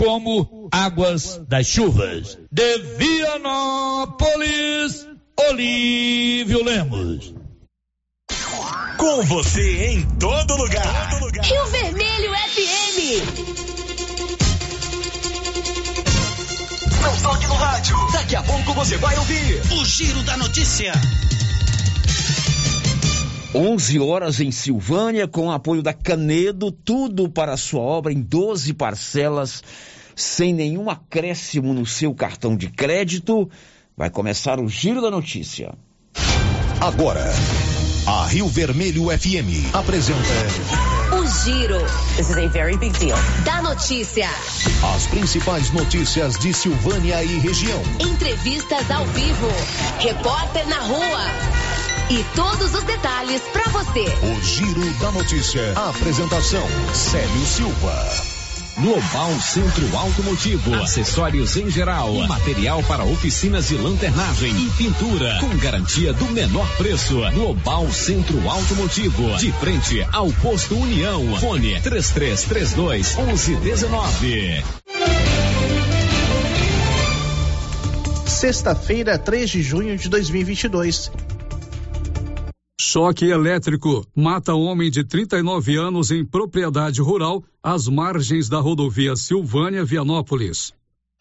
como águas das chuvas. De Vianópolis, Olívio Lemos. Com você em todo lugar. Rio Vermelho FM. Não toque no rádio. Daqui a pouco você vai ouvir o Giro da Notícia. 11 horas em Silvânia, com o apoio da Canedo, tudo para a sua obra em 12 parcelas, sem nenhum acréscimo no seu cartão de crédito. Vai começar o Giro da Notícia. Agora, a Rio Vermelho FM apresenta o Giro. This is a very big deal. Da notícia. As principais notícias de Silvânia e região. Entrevistas ao vivo. Repórter na rua. E todos os detalhes para você. O Giro da Notícia. A apresentação: Célio Silva. Global Centro Automotivo, acessórios em geral, material para oficinas de lanternagem e pintura, com garantia do menor preço. Global Centro Automotivo, de frente ao Posto União. Fone 3332-1119. Sexta-feira, 3 de junho de 2022. Choque elétrico mata homem de 39 anos em propriedade rural às margens da rodovia Silvânia-Vianópolis.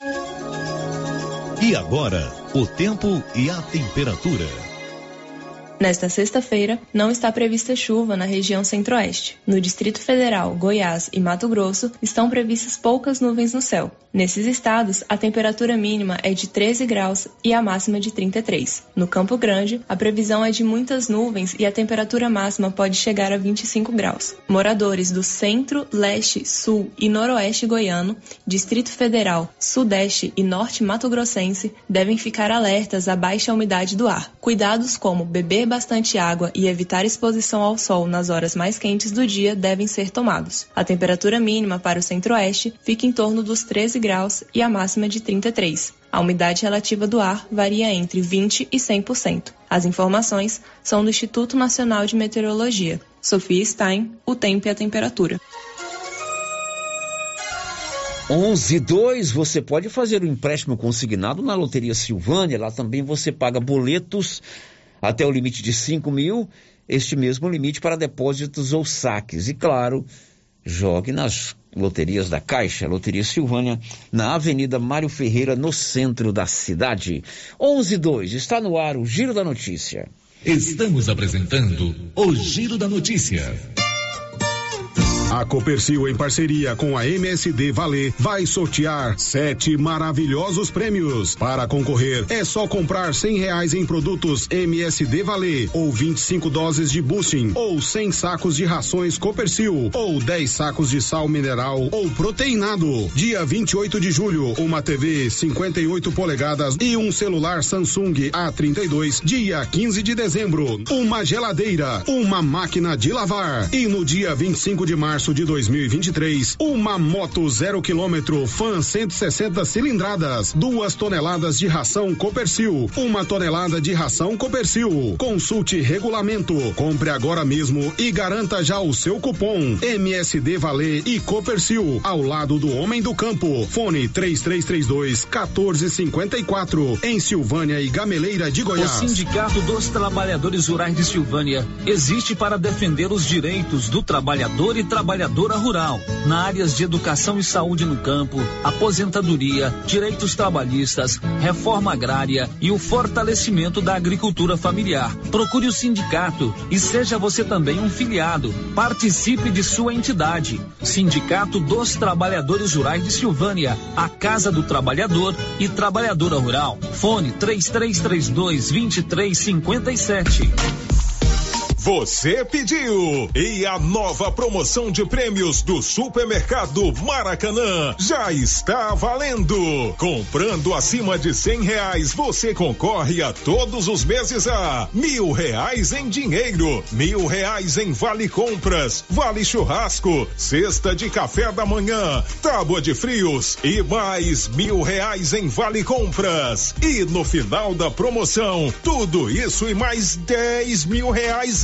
E agora, o tempo e a temperatura. Nesta sexta-feira, não está prevista chuva na região centro-oeste. No Distrito Federal, Goiás e Mato Grosso, estão previstas poucas nuvens no céu. Nesses estados, a temperatura mínima é de 13 graus e a máxima de 33. No Campo Grande, a previsão é de muitas nuvens e a temperatura máxima pode chegar a 25 graus. Moradores do centro, leste, sul e noroeste goiano, Distrito Federal, sudeste e norte mato-grossense devem ficar alertas à baixa umidade do ar. Cuidados como beber bastante água e evitar exposição ao sol nas horas mais quentes do dia devem ser tomados. A temperatura mínima para o centro-oeste fica em torno dos 13 graus e a máxima de 33. A umidade relativa do ar varia entre 20% e 100%. As informações são do Instituto Nacional de Meteorologia. Sofia Stein, o tempo e a temperatura. 11:02, você pode fazer o empréstimo consignado na Loteria Silvânia. Lá também você paga boletos até o limite de 5 mil, este mesmo limite para depósitos ou saques. E claro, jogue nas loterias da Caixa, Loteria Silvânia, na Avenida Mário Ferreira, no centro da cidade. 11:02, está no ar o Giro da Notícia. Estamos apresentando o Giro da Notícia. A Copercil, em parceria com a MSD Valer, vai sortear 7 maravilhosos prêmios. Para concorrer, é só comprar R$100 em produtos MSD Valer, ou 25 doses de boosting, ou 100 sacos de rações Copercil, ou 10 sacos de sal mineral ou proteinado. Dia 28 de julho, uma TV 58 polegadas e um celular Samsung A32. Dia 15 de dezembro, uma geladeira, uma máquina de lavar. E no dia 25 de março de 2023, uma moto 0 km Fan 160 cilindradas, 2 toneladas de ração Copercil, 1 tonelada de ração Copercil. Consulte regulamento, compre agora mesmo e garanta já o seu cupom MSD Valer e Copercil, ao lado do homem do campo. Fone 3332-1454, em Silvânia e Gameleira de Goiás. O Sindicato dos Trabalhadores Rurais de Silvânia existe para defender os direitos do trabalhador e trabalhadora rural, na áreas de educação e saúde no campo, aposentadoria, direitos trabalhistas, reforma agrária e o fortalecimento da agricultura familiar. Procure o sindicato e seja você também um filiado. Participe de sua entidade. Sindicato dos Trabalhadores Rurais de Silvânia, a Casa do Trabalhador e Trabalhadora Rural. Fone 3332-2357. Você pediu! E a nova promoção de prêmios do Supermercado Maracanã já está valendo! Comprando acima de R$100, você concorre a todos os meses a R$1.000 em dinheiro, R$1.000 em vale compras, vale churrasco, cesta de café da manhã, tábua de frios e mais R$1.000 em vale compras. E no final da promoção, tudo isso e mais R$10.000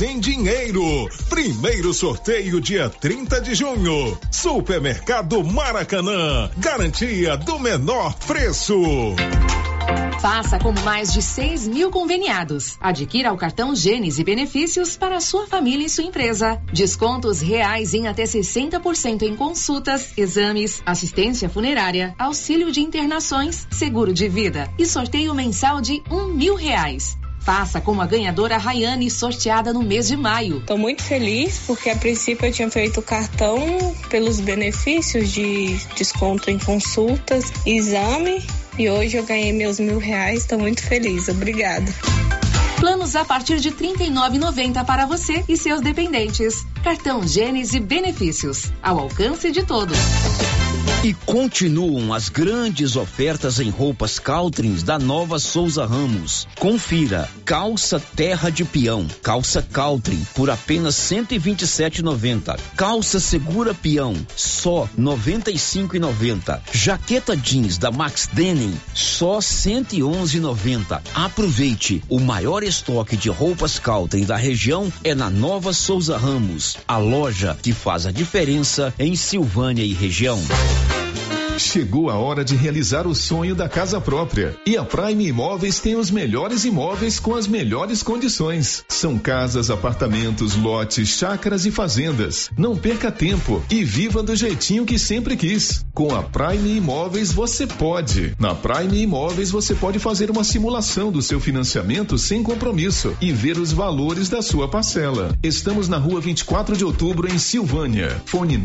em dinheiro. Primeiro sorteio dia 30 de junho. Supermercado Maracanã. Garantia do menor preço. Faça como mais de 6 mil conveniados. Adquira o cartão Gênesis e benefícios para a sua família e sua empresa. Descontos reais em até 60% em consultas, exames, assistência funerária, auxílio de internações, seguro de vida e sorteio mensal de R$1.000. Faça como a ganhadora Rayane, sorteada no mês de maio. Estou muito feliz porque a princípio eu tinha feito o cartão pelos benefícios de desconto em consultas, exame, e hoje eu ganhei meus R$1.000. Estou muito feliz. Obrigada. Planos a partir de R$ 39,90 para você e seus dependentes. Cartão Gênesis e benefícios, ao alcance de todos. E continuam as grandes ofertas em roupas Caltrins da Nova Souza Ramos. Confira: calça terra de peão, calça Caltrin por apenas R$ 127,90. Calça segura peão, só R$ 95,90. Jaqueta jeans da Max Denim, só R$ 111,90. Aproveite, o maior estoque de roupas Caltrin da região é na Nova Souza Ramos, a loja que faz a diferença em Silvânia e região. Chegou a hora de realizar o sonho da casa própria. E a Prime Imóveis tem os melhores imóveis com as melhores condições. São casas, apartamentos, lotes, chácaras e fazendas. Não perca tempo e viva do jeitinho que sempre quis. Com a Prime Imóveis você pode. Na Prime Imóveis você pode fazer uma simulação do seu financiamento sem compromisso e ver os valores da sua parcela. Estamos na rua 24 de outubro em Silvânia. Fone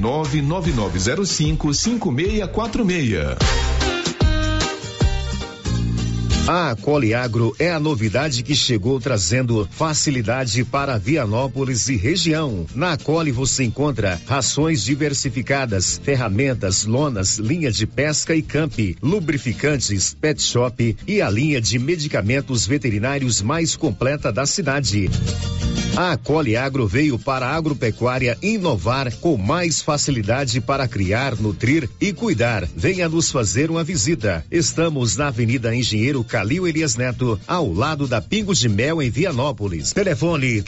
99905-5646. A Acoliagro é a novidade que chegou trazendo facilidade para Vianópolis e região. Na Acoli você encontra rações diversificadas, ferramentas, lonas, linha de pesca e camp, lubrificantes, pet shop e a linha de medicamentos veterinários mais completa da cidade. A Acoliagro veio para a agropecuária inovar com mais facilidade para criar, nutrir e cuidar. Venha nos fazer uma visita. Estamos na Avenida Engenheiro Calil Elias Neto, ao lado da Pingo de Mel, em Vianópolis. Telefone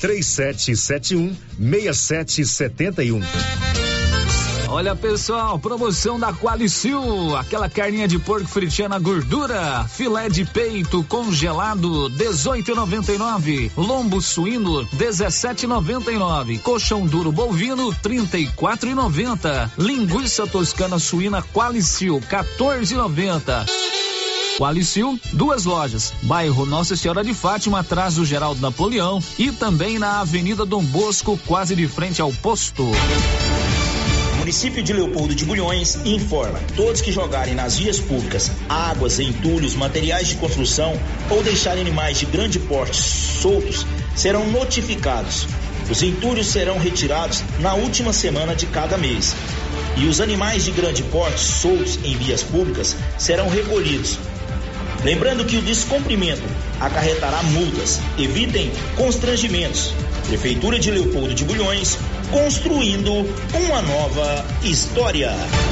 3771-6771. Olha, pessoal, promoção da Qualicil, aquela carninha de porco fritinha na gordura, filé de peito congelado, R$18,99, lombo suíno, R$17,99, colchão duro bovino, R$34,90, linguiça toscana suína Qualicil, R$14,90. Qualicil, 2 lojas, bairro Nossa Senhora de Fátima, atrás do Geraldo Napoleão, e também na Avenida Dom Bosco, quase de frente ao posto. O município de Leopoldo de Bulhões informa: todos que jogarem nas vias públicas águas, entulhos, materiais de construção ou deixarem animais de grande porte soltos serão notificados. Os entulhos serão retirados na última semana de cada mês e os animais de grande porte soltos em vias públicas serão recolhidos. Lembrando que o descumprimento acarretará multas. Evitem constrangimentos. Prefeitura de Leopoldo de Bulhões, construindo uma nova história.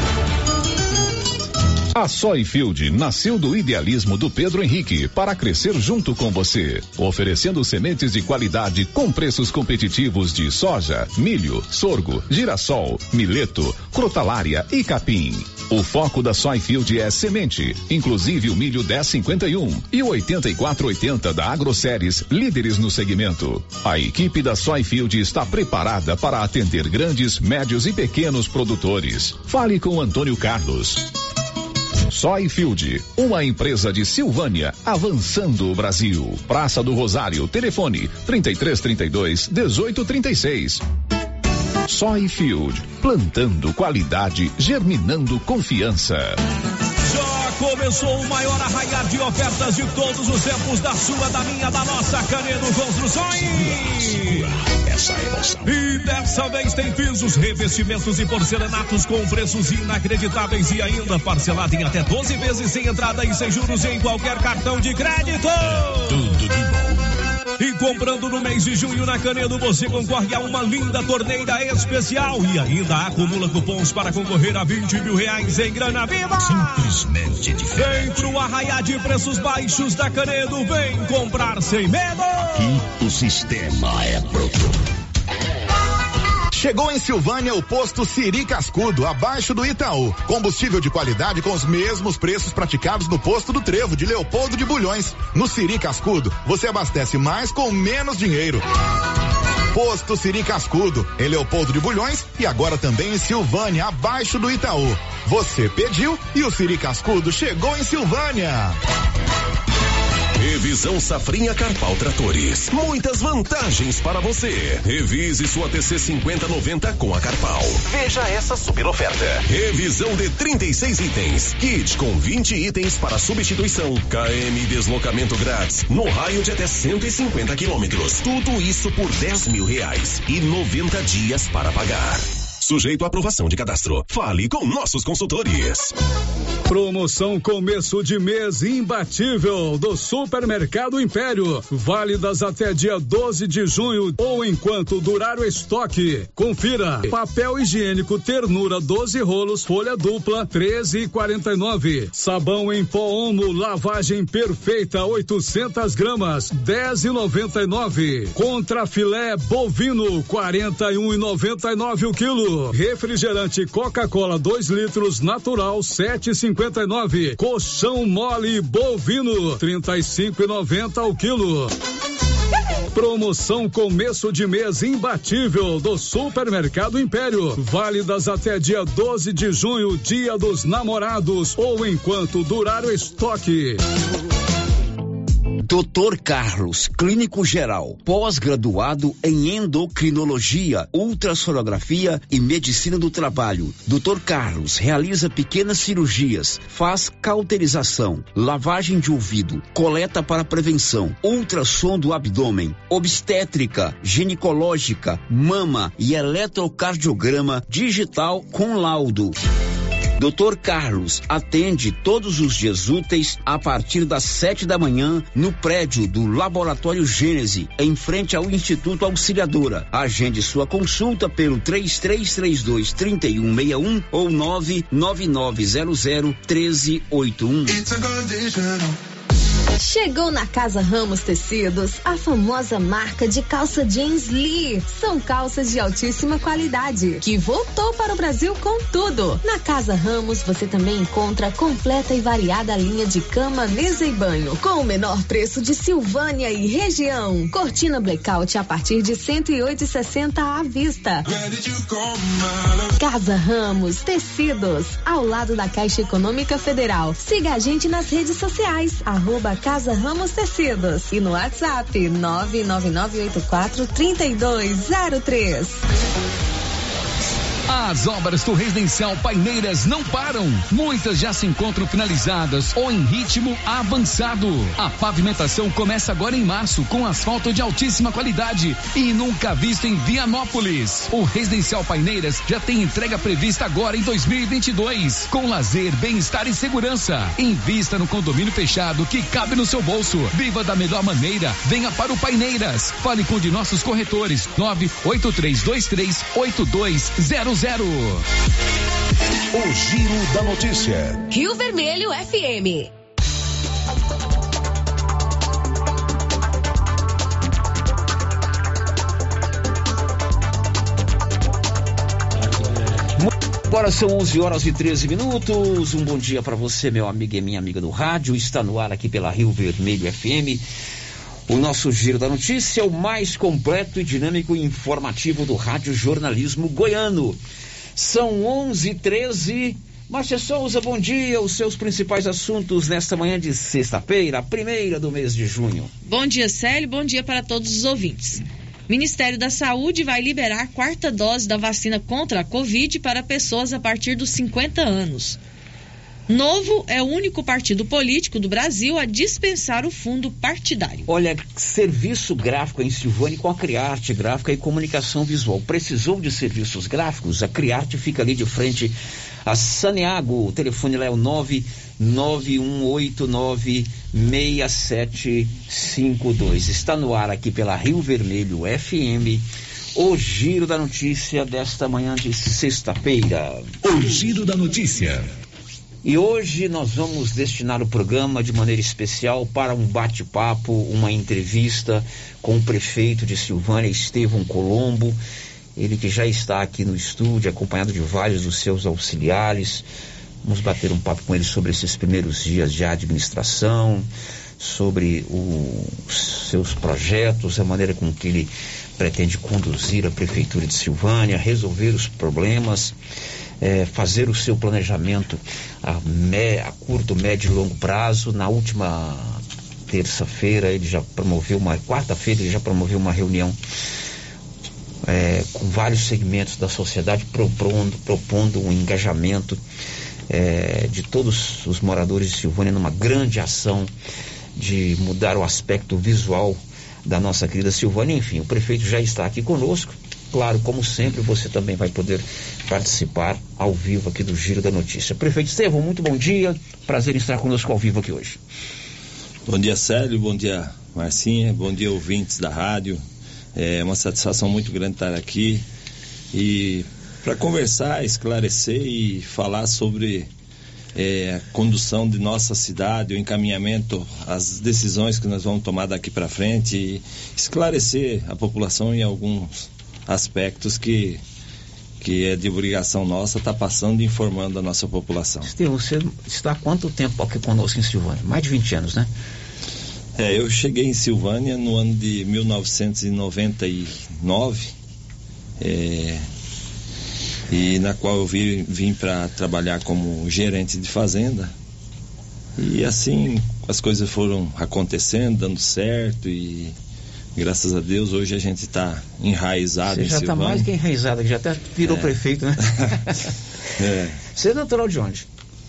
A Soyfield nasceu do idealismo do Pedro Henrique para crescer junto com você, oferecendo sementes de qualidade com preços competitivos de soja, milho, sorgo, girassol, mileto, crotalária e capim. O foco da Soyfield é semente, inclusive o milho 1051 e o 8480 da AgroSéries, líderes no segmento. A equipe da Soyfield está preparada para atender grandes, médios e pequenos produtores. Fale com Antônio Carlos. Soyfield, uma empresa de Silvânia, avançando o Brasil. Praça do Rosário, telefone 3332-1836. Soyfield, plantando qualidade, germinando confiança. Já começou o maior arraiar de ofertas de todos os tempos da sua, da minha, da nossa Canedo Construções. Essa é nossa. E dessa vez tem pisos, revestimentos e porcelanatos com preços inacreditáveis e ainda parcelado em até 12 vezes sem entrada e sem juros em qualquer cartão de crédito. Tudo de bom. E comprando no mês de junho na Canedo, você concorre a uma linda torneira especial e ainda acumula cupons para concorrer a R$20 mil em grana viva. Simplesmente diferente. Vem pro arraiar de preços baixos da Canedo, vem comprar sem medo. Aqui o sistema é pronto. Chegou em Silvânia o posto Siri Cascudo, abaixo do Itaú. Combustível de qualidade com os mesmos preços praticados no posto do Trevo de Leopoldo de Bulhões. No Siri Cascudo, você abastece mais com menos dinheiro. Posto Siri Cascudo, em Leopoldo de Bulhões e agora também em Silvânia, abaixo do Itaú. Você pediu e o Siri Cascudo chegou em Silvânia. Revisão Safrinha Carpal Tratores. Muitas vantagens para você. Revise sua TC 5090 com a Carpal. Veja essa super oferta. Revisão de 36 itens. Kit com 20 itens para substituição. KM e deslocamento grátis. No raio de até 150 quilômetros. Tudo isso por R$10.000 e 90 dias para pagar. Sujeito à aprovação de cadastro. Fale com nossos consultores. Promoção começo de mês imbatível do Supermercado Império. Válidas até dia 12 de junho ou enquanto durar o estoque. Confira. Papel higiênico Ternura 12 rolos, folha dupla, R$13,49. Sabão em pó Omo, lavagem perfeita, 800 gramas, R$10,99. Contra filé bovino, R$41,99 o quilo. Refrigerante Coca-Cola 2 litros natural, R$7,59. Colchão mole bovino, R$35,90 o quilo. Promoção começo de mês imbatível do Supermercado Império. Válidas até dia 12 de junho, Dia dos Namorados ou enquanto durar o estoque. Dr. Carlos, clínico geral, pós-graduado em endocrinologia, ultrassonografia e medicina do trabalho. Dr. Carlos realiza pequenas cirurgias, faz cauterização, lavagem de ouvido, coleta para prevenção, ultrassom do abdômen, obstétrica, ginecológica, mama e eletrocardiograma digital com laudo. Dr. Carlos atende todos os dias úteis a partir das 7 da manhã no prédio do Laboratório Gênese, em frente ao Instituto Auxiliadora. Agende sua consulta pelo 3332-3161 ou 99900-1381. Chegou na Casa Ramos Tecidos a famosa marca de calça jeans Lee. São calças de altíssima qualidade que voltou para o Brasil com tudo. Na Casa Ramos você também encontra a completa e variada linha de cama, mesa e banho com o menor preço de Silvânia e região. Cortina blackout a partir de R$108,60 à vista. Casa Ramos Tecidos, ao lado da Caixa Econômica Federal. Siga a gente nas redes sociais, @Casa Ramos Tecidos e no WhatsApp 99984-3203. As obras do Residencial Paineiras não param. Muitas já se encontram finalizadas ou em ritmo avançado. A pavimentação começa agora em março com asfalto de altíssima qualidade e nunca visto em Vianópolis. O Residencial Paineiras já tem entrega prevista agora em 2022, com lazer, bem-estar e segurança. Invista no condomínio fechado que cabe no seu bolso. Viva da melhor maneira. Venha para o Paineiras. Fale com um de nossos corretores. 983238200. O Giro da Notícia. Rio Vermelho FM. Agora são 11h13. Um bom dia para você, meu amigo e minha amiga do rádio. Está no ar aqui pela Rio Vermelho FM. O nosso Giro da Notícia é o mais completo e dinâmico e informativo do rádio jornalismo goiano. São 11h13. Márcia Souza, bom dia. Os seus principais assuntos nesta manhã de sexta-feira, a primeira do mês de junho. Bom dia, Célio. Bom dia para todos os ouvintes. Ministério da Saúde vai liberar a 4ª dose da vacina contra a Covid para pessoas a partir dos 50 anos. Novo é o único partido político do Brasil a dispensar o fundo partidário. Olha, serviço gráfico em Silvânia com a Criarte Gráfica e Comunicação Visual. Precisou de serviços gráficos? A Criarte fica ali de frente a Saneago. O telefone lá é o 991896752. Está no ar aqui pela Rio Vermelho FM. O Giro da Notícia desta manhã de sexta-feira. O Giro da Notícia. E hoje nós vamos destinar o programa de maneira especial para um bate-papo, uma entrevista com o prefeito de Silvânia, Estevão Colombo, ele que já está aqui no estúdio, acompanhado de vários dos seus auxiliares. Vamos bater um papo com ele sobre esses primeiros dias de administração, sobre os seus projetos, a maneira com que ele pretende conduzir a Prefeitura de Silvânia, resolver os problemas, fazer o seu planejamento a curto, médio e longo prazo. Na última terça-feira, quarta-feira, ele já promoveu uma reunião com vários segmentos da sociedade, propondo um engajamento de todos os moradores de Silvânia numa grande ação de mudar o aspecto visual da nossa querida Silvânia. Enfim, o prefeito já está aqui conosco. Claro, como sempre, você também vai poder participar ao vivo aqui do Giro da Notícia. Prefeito Estevão, muito bom dia. Prazer em estar conosco ao vivo aqui hoje. Bom dia, Célio. Bom dia, Marcinha. Bom dia, ouvintes da rádio. É uma satisfação muito grande estar aqui e para conversar, esclarecer e falar sobre a condução de nossa cidade, o encaminhamento, as decisões que nós vamos tomar daqui para frente e esclarecer a população em alguns aspectos que é de obrigação nossa estar passando e informando a nossa população. Estevão, você está há quanto tempo aqui conosco em Silvânia? Mais de 20 anos, né? Eu cheguei em Silvânia no ano de 1999, e na qual eu vim para trabalhar como gerente de fazenda. E assim as coisas foram acontecendo, dando certo e graças a Deus hoje a gente está enraizado em Silvânia. Você já está mais que enraizado, já até virou prefeito, né? Você é natural de onde?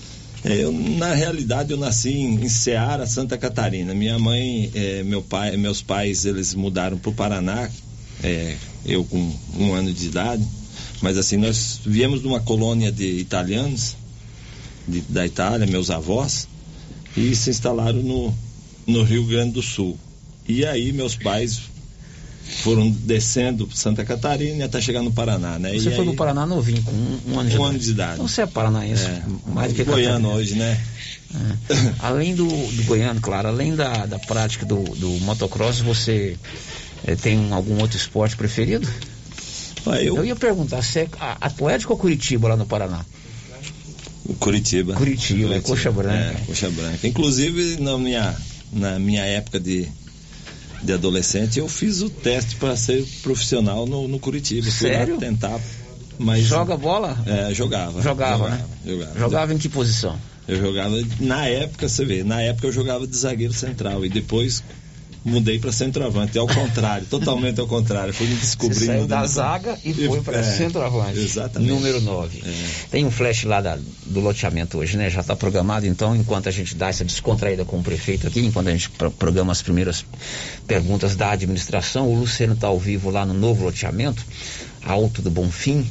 Na realidade eu nasci em Ceará, Santa Catarina. Minha mãe, meus pais, eles mudaram para o Paraná, eu com 1 ano de idade, mas assim, nós viemos de uma colônia de italianos, da Itália, meus avós, e se instalaram no Rio Grande do Sul. E aí meus pais foram descendo para Santa Catarina até chegar no Paraná, né? Você foi no Paraná novinho, com 1 ano de idade. 1 ano de idade. Então você é paranaense, mais do que goiano hoje, né? Além do goiano, claro, além da prática do motocross, você tem algum outro esporte preferido? Eu ia perguntar, você é Atlético ou Curitiba lá no Paraná? Curitiba, coxa branca. Coxa branca. Inclusive, na minha época de adolescente, eu fiz o teste para ser profissional no Curitiba. Sério? Fui lá tentar, mas... Joga bola? Jogava, né? Jogava em que posição? Eu jogava, na época, você vê, eu jogava de zagueiro central e depois mudei para centroavante, ao contrário, totalmente ao contrário. Fui me descobrindo. Você saiu da zaga e foi para centroavante. Exatamente. Número 9. Tem um flash lá do loteamento hoje, né? Já está programado, então, enquanto a gente dá essa descontraída com o prefeito aqui, enquanto a gente programa as primeiras perguntas da administração, o Luciano está ao vivo lá no novo loteamento, Alto do Bonfim.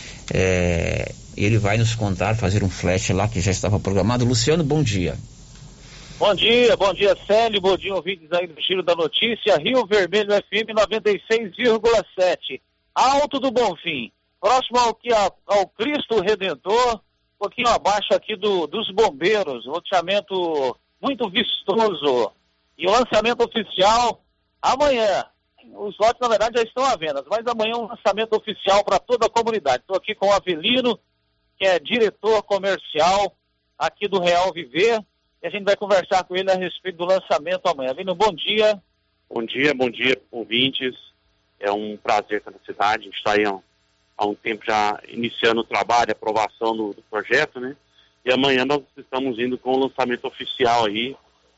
Ele vai nos contar, fazer um flash lá que já estava programado. Luciano, bom dia. Bom dia, Célio, bom dia, ouvintes aí do Giro da Notícia, Rio Vermelho FM 96,7, Alto do Bonfim, próximo ao Cristo Redentor, um pouquinho abaixo aqui dos bombeiros, loteamento muito vistoso, e o lançamento oficial amanhã. Os lotes, na verdade, já estão à venda, mas amanhã é um lançamento oficial para toda a comunidade. Estou aqui com o Avelino, que é diretor comercial aqui do Real Viver, e a gente vai conversar com ele a respeito do lançamento amanhã. Avelino, bom dia. Bom dia, ouvintes. É um prazer estar na cidade. A gente está aí há um tempo já iniciando o trabalho, a aprovação do projeto, né? E amanhã nós estamos indo com o lançamento oficial aí,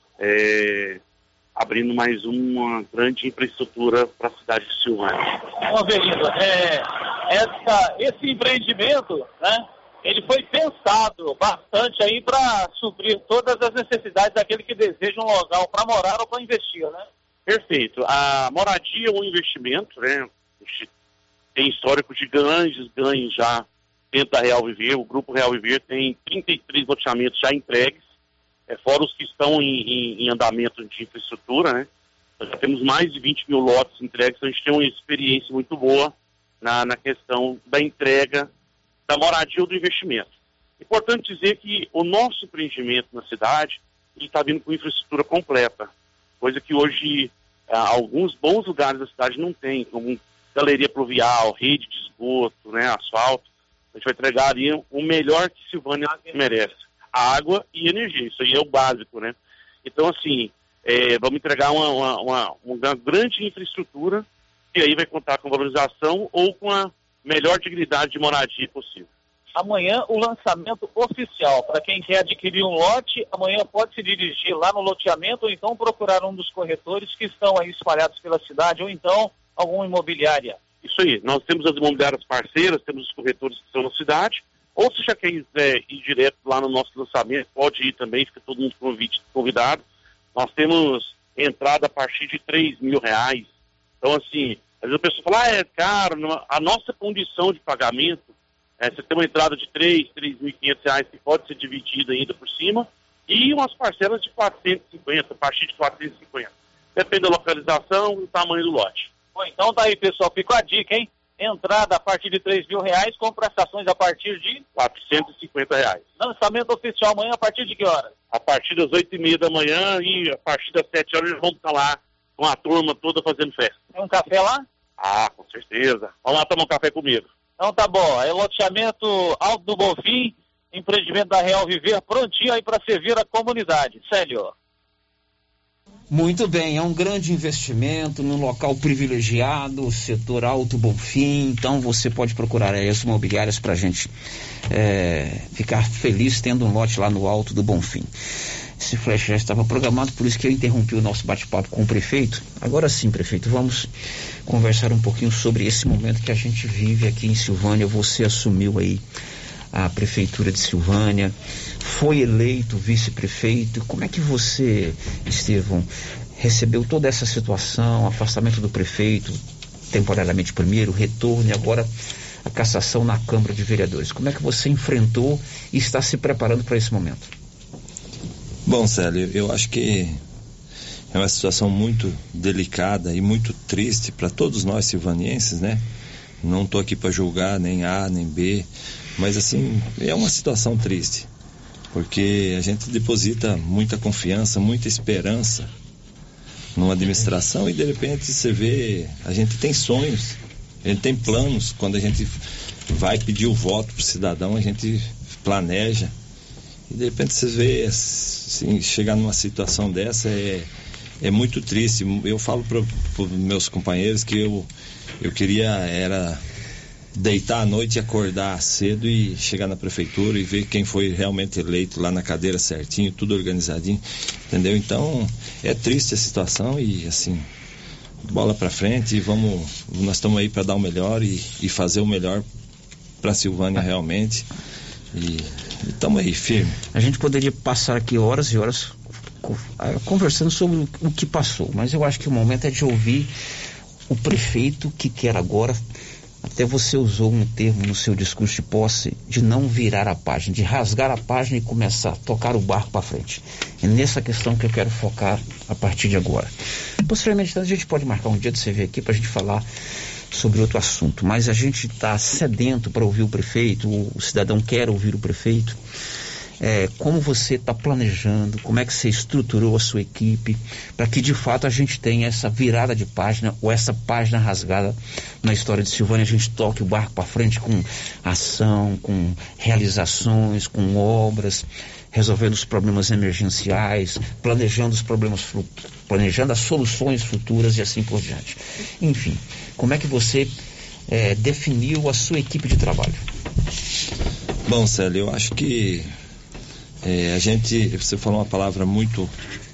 abrindo mais uma grande infraestrutura para a cidade de Silvânia. Avelino, esse empreendimento, né? Ele foi pensado bastante aí para suprir todas as necessidades daquele que deseja um local para morar ou para investir, né? Perfeito. A moradia é um investimento, né? A gente tem histórico de grandes ganhos já dentro da Real Viver. O Grupo Real Viver tem 33 loteamentos já entregues, fora os que estão em andamento de infraestrutura, né? Nós já temos mais de 20 mil lotes entregues, então a gente tem uma experiência muito boa na questão da entrega da moradia ou do investimento. Importante dizer que o nosso empreendimento na cidade está vindo com infraestrutura completa, coisa que hoje alguns bons lugares da cidade não têm, como galeria pluvial, rede de esgoto, né, asfalto. A gente vai entregar ali o melhor que Silvânia merece. Água e energia, isso aí é o básico, né? Então, assim, vamos entregar uma grande infraestrutura que aí vai contar com valorização ou com a melhor dignidade de moradia possível. Amanhã o lançamento oficial. Para quem quer adquirir um lote, amanhã pode se dirigir lá no loteamento ou então procurar um dos corretores que estão aí espalhados pela cidade ou então alguma imobiliária. Isso aí, nós temos as imobiliárias parceiras, temos os corretores que estão na cidade, ou se já quer ir direto lá no nosso lançamento, pode ir também, fica todo mundo convidado. Nós temos entrada a partir de R$3.000. Então, assim, às vezes a pessoa fala, é caro, a nossa condição de pagamento, você tem uma entrada de R$3.500 que pode ser dividida ainda por cima, e umas parcelas de 450, a partir de 450. Depende da localização e do tamanho do lote. Bom, então tá aí, pessoal, fica a dica, hein? Entrada a partir de R$3.000, com prestações a partir de R$450. Lançamento oficial amanhã a partir de que horas? A partir das 8h30 da manhã e a partir das 7 horas nós vamos estar lá com a turma toda fazendo festa. Tem um café lá? Ah, com certeza. Vamos lá tomar um café comigo. Então tá bom, é loteamento Alto do Bonfim, empreendimento da Real Viver, prontinho aí para servir a comunidade. Célio. Muito bem, é um grande investimento num local privilegiado, setor Alto Bonfim, então você pode procurar aí as imobiliárias para a gente ficar feliz tendo um lote lá no Alto do Bonfim. Esse flash já estava programado, por isso que eu interrompi o nosso bate-papo com o prefeito. Agora sim, prefeito, vamos conversar um pouquinho sobre esse momento que a gente vive aqui em Silvânia. Você assumiu aí a prefeitura de Silvânia, foi eleito vice-prefeito. Como é que você, Estevão, recebeu toda essa situação, afastamento do prefeito, temporariamente primeiro, retorno e agora a cassação na Câmara de Vereadores? Como é que você enfrentou e está se preparando para esse momento? Bom, Célio, eu acho que é uma situação muito delicada e muito triste para todos nós silvanienses, né? Não estou aqui para julgar nem A nem B, mas assim, é uma situação triste, porque a gente deposita muita confiança, muita esperança numa administração e de repente você vê, a gente tem sonhos, a gente tem planos. Quando a gente vai pedir o voto para o cidadão, a gente planeja e de repente você vê assim, chegar numa situação dessa é muito triste. Eu falo para os meus companheiros que eu queria era deitar à noite e acordar cedo e chegar na prefeitura e ver quem foi realmente eleito lá na cadeira certinho, tudo organizadinho, entendeu? Então é triste a situação e assim, bola para frente e nós estamos aí para dar o melhor e fazer o melhor para Silvânia realmente e estamos aí firme. A gente poderia passar aqui horas e horas conversando sobre o que passou, mas eu acho que o momento é de ouvir o prefeito que quer agora. Até você usou um termo no seu discurso de posse de não virar a página, de rasgar a página e começar a tocar o barco para frente. É nessa questão que eu quero focar a partir de agora. Posteriormente, a gente pode marcar um dia de você vir aqui para a gente falar sobre outro assunto, mas a gente está sedento para ouvir o prefeito, o cidadão quer ouvir o prefeito. Como você está planejando, como é que você estruturou a sua equipe para que de fato a gente tenha essa virada de página ou essa página rasgada na história de Silvânia, a gente toque o barco para frente com ação, com realizações, com obras, resolvendo os problemas emergenciais, planejando as soluções futuras e assim por diante. Enfim, como é que você definiu a sua equipe de trabalho? Bom, Célio, eu acho que você falou uma palavra muito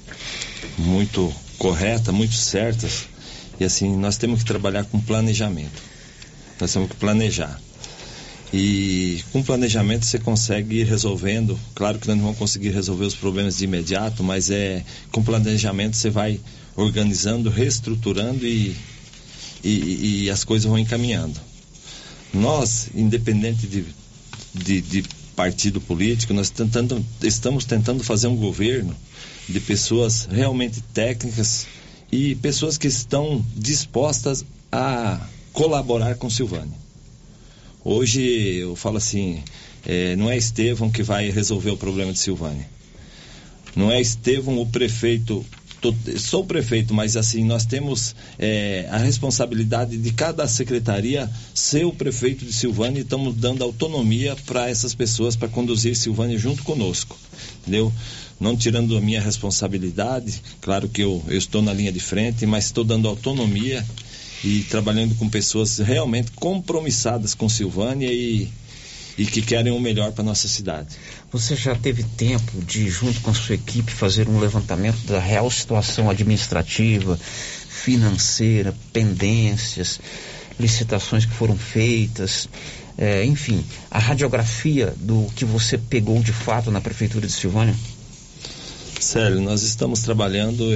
correta, muito certa, e assim, nós temos que trabalhar com planejamento, nós temos que planejar, e com planejamento você consegue ir resolvendo. Claro que nós não vamos conseguir resolver os problemas de imediato, mas com planejamento você vai organizando, reestruturando e as coisas vão encaminhando. Nós, independente de partido político, nós estamos tentando fazer um governo de pessoas realmente técnicas e pessoas que estão dispostas a colaborar com Silvânia. Hoje eu falo assim, não é Estevão que vai resolver o problema de Silvânia, não é Estevão o prefeito sou o prefeito, mas assim, nós temos a responsabilidade de cada secretaria ser o prefeito de Silvânia, e estamos dando autonomia para essas pessoas para conduzir Silvânia junto conosco, entendeu? Não tirando a minha responsabilidade, claro que eu estou na linha de frente, mas estou dando autonomia e trabalhando com pessoas realmente compromissadas com Silvânia e que querem o melhor para nossa cidade. Você já teve tempo de, junto com a sua equipe, fazer um levantamento da real situação administrativa, financeira, pendências, licitações que foram feitas, enfim, a radiografia do que você pegou de fato na Prefeitura de Silvânia? Célio, nós estamos trabalhando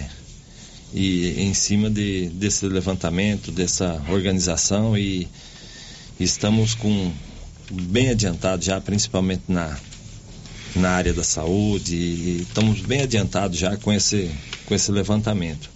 em cima desse levantamento, dessa organização, e estamos bem adiantados já, principalmente na área da saúde, e estamos bem adiantados já com esse levantamento.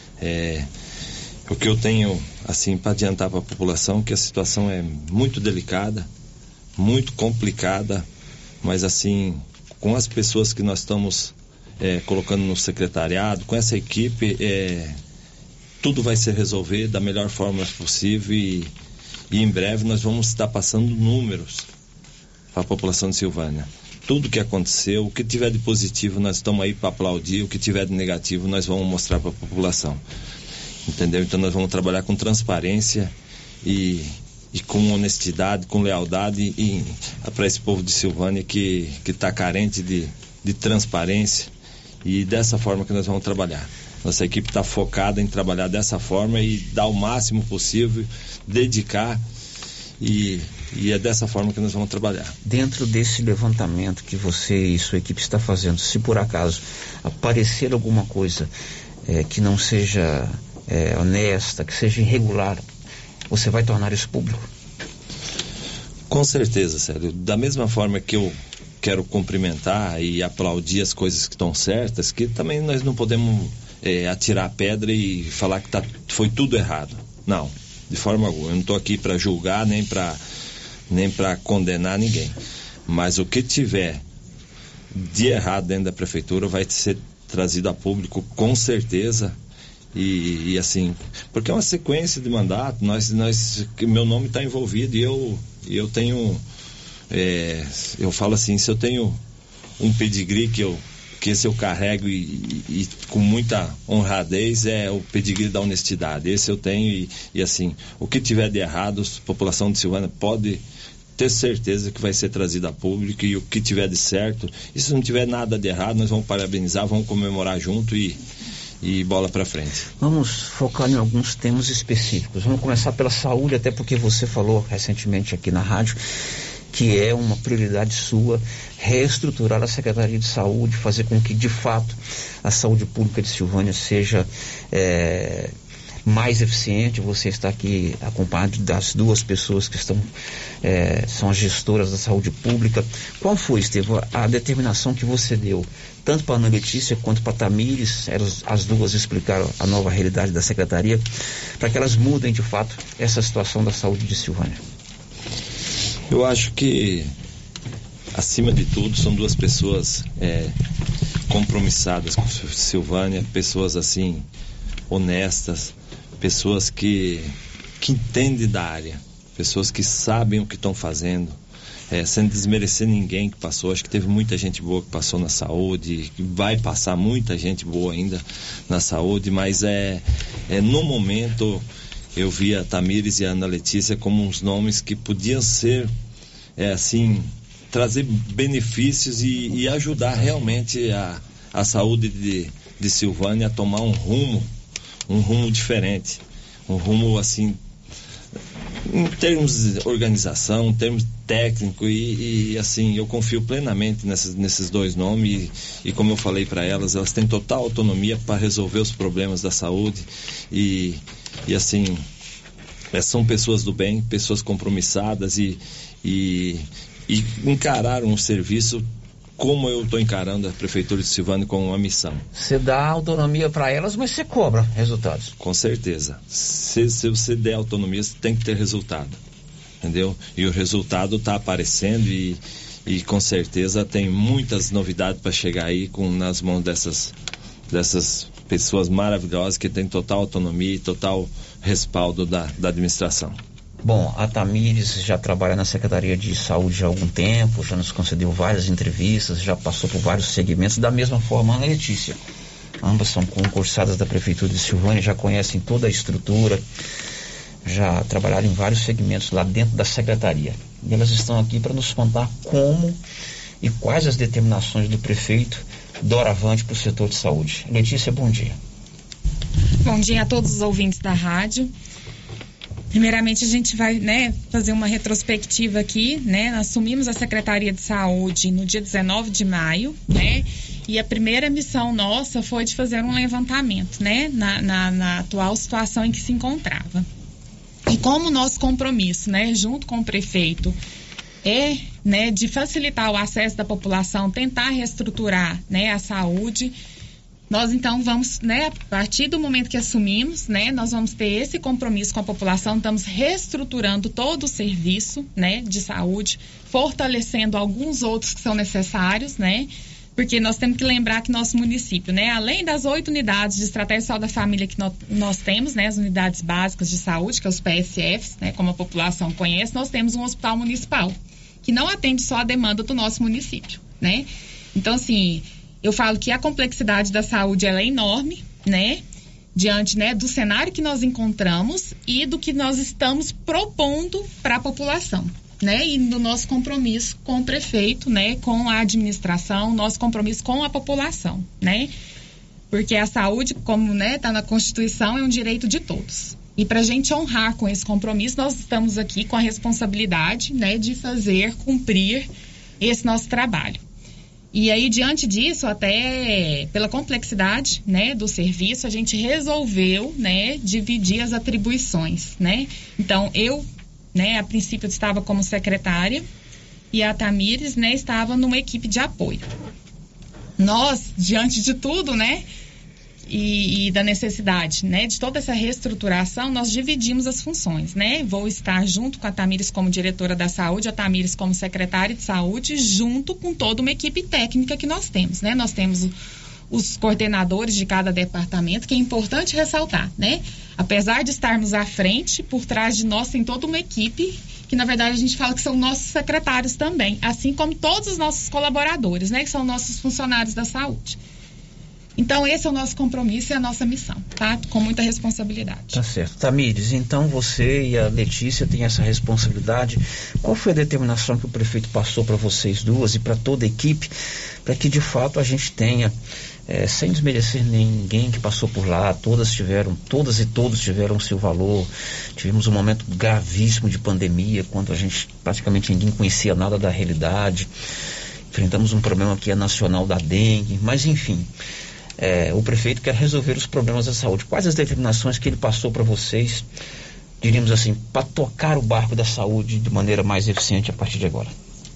O que eu tenho assim para adiantar para a população é que a situação é muito delicada, muito complicada, mas assim, com as pessoas que nós estamos colocando no secretariado, com essa equipe, tudo vai se resolver da melhor forma possível, e em breve nós vamos estar passando números para a população de Silvânia. Tudo que aconteceu, o que tiver de positivo nós estamos aí para aplaudir, o que tiver de negativo nós vamos mostrar para a população, entendeu? Então nós vamos trabalhar com transparência e com honestidade, com lealdade para esse povo de Silvânia que está carente de transparência, e dessa forma que nós vamos trabalhar. Nossa equipe está focada em trabalhar dessa forma e dar o máximo possível, dedicar, e é dessa forma que nós vamos trabalhar. Dentro desse levantamento que você e sua equipe está fazendo, se por acaso aparecer alguma coisa que não seja honesta, que seja irregular, você vai tornar isso público? Com certeza, Célio. Da mesma forma que eu quero cumprimentar e aplaudir as coisas que estão certas, que também nós não podemos atirar a pedra e falar que foi tudo errado. Não, de forma alguma. Eu não estou aqui para julgar nem para condenar ninguém. Mas o que tiver de errado dentro da prefeitura vai ser trazido a público com certeza. E assim, porque é uma sequência de mandato, meu nome está envolvido, e eu tenho, eu falo assim, se eu tenho um pedigree que esse eu carrego e com muita honradez, é o pedigree da honestidade. Esse eu tenho, e assim, o que tiver de errado, a população de Silvânia pode ter certeza que vai ser trazido a público, e o que tiver de certo, e se não tiver nada de errado, nós vamos parabenizar, vamos comemorar junto e bola para frente. Vamos focar em alguns temas específicos. Vamos começar pela saúde, até porque você falou recentemente aqui na rádio que é uma prioridade sua reestruturar a Secretaria de Saúde, fazer com que de fato a saúde pública de Silvânia seja mais eficiente. Você está aqui acompanhado das duas pessoas que são as gestoras da saúde pública. Qual foi, Estevão, a determinação que você deu, tanto para a Ana Letícia quanto para a Tamires, as duas explicaram a nova realidade da Secretaria, para que elas mudem de fato essa situação da saúde de Silvânia? Eu acho que, acima de tudo, são duas pessoas compromissadas com Silvânia, pessoas assim, honestas, pessoas que entendem da área, pessoas que sabem o que estão fazendo, sem desmerecer ninguém que passou. Acho que teve muita gente boa que passou na saúde, que vai passar muita gente boa ainda na saúde, mas no momento eu vi a Tamires e a Ana Letícia como uns nomes que podiam ser, assim, trazer benefícios e ajudar realmente a saúde de Silvânia a tomar um rumo diferente, um rumo assim, em termos de organização, em termos técnico, e assim, eu confio plenamente nesses dois nomes, e como eu falei para elas têm total autonomia para resolver os problemas da saúde, e assim, são pessoas do bem, pessoas compromissadas, e encararam o serviço como eu estou encarando a Prefeitura de Silvânia com uma missão. Você dá autonomia para elas, mas você cobra resultados. Com certeza. Se você der autonomia, você tem que ter resultado, entendeu? E o resultado está aparecendo, e com certeza tem muitas novidades para chegar aí nas mãos dessas pessoas maravilhosas que têm total autonomia e total respaldo da administração. Bom, a Tamires já trabalha na Secretaria de Saúde há algum tempo, já nos concedeu várias entrevistas, já passou por vários segmentos, da mesma forma a Letícia. Ambas são concursadas da Prefeitura de Silvânia, já conhecem toda a estrutura, já trabalharam em vários segmentos lá dentro da Secretaria. E elas estão aqui para nos contar como e quais as determinações do prefeito doravante para o setor de saúde. Letícia, bom dia. Bom dia a todos os ouvintes da rádio. Primeiramente, a gente vai, fazer uma retrospectiva aqui, Assumimos a Secretaria de Saúde no dia 19 de maio, E a primeira missão nossa foi de fazer um levantamento, na atual situação em que se encontrava. E como nosso compromisso, junto com o prefeito, é, de facilitar o acesso da população, tentar reestruturar, a saúde. Nós, então, vamos, a partir do momento que assumimos, nós vamos ter esse compromisso com a população, estamos reestruturando todo o serviço, de saúde, fortalecendo alguns outros que são necessários, porque nós temos que lembrar que nosso município, além das 8 unidades de estratégia de saúde da família que nós temos, as unidades básicas de saúde, que é os PSFs, como a população conhece, nós temos um hospital municipal, que não atende só a demanda do nosso município, Então, assim, eu falo que a complexidade da saúde ela é enorme, diante, do cenário que nós encontramos e do que nós estamos propondo para a população, e do nosso compromisso com o prefeito, com a administração, nosso compromisso com a população, Porque a saúde, como, está na Constituição, é um direito de todos. E para a gente honrar com esse compromisso, nós estamos aqui com a responsabilidade, de fazer cumprir esse nosso trabalho. E aí, diante disso, até pela complexidade, do serviço, a gente resolveu, dividir as atribuições, Então, eu, a princípio, estava como secretária e a Tamires, estava numa equipe de apoio. Nós, diante de tudo, e da necessidade, de toda essa reestruturação, nós dividimos as funções, Vou estar junto com a Tamires como diretora da saúde, a Tamires como secretária de saúde, junto com toda uma equipe técnica que nós temos, Nós temos os coordenadores de cada departamento, que é importante ressaltar, Apesar de estarmos à frente, por trás de nós tem toda uma equipe, que na verdade a gente fala que são nossos secretários também, assim como todos os nossos colaboradores, que são nossos funcionários da saúde. Então, esse é o nosso compromisso e a nossa missão, tá? Com muita responsabilidade. Tá certo. Tamires, então você e a Letícia têm essa responsabilidade. Qual foi a determinação que o prefeito passou para vocês duas e para toda a equipe, para que de fato a gente tenha, sem desmerecer ninguém que passou por lá, todas e todos tiveram seu valor. Tivemos um momento gravíssimo de pandemia, quando a gente praticamente ninguém conhecia nada da realidade. Enfrentamos um problema que é nacional da dengue, mas enfim... o prefeito quer resolver os problemas da saúde. Quais as determinações que ele passou para vocês, diríamos assim, para tocar o barco da saúde de maneira mais eficiente a partir de agora?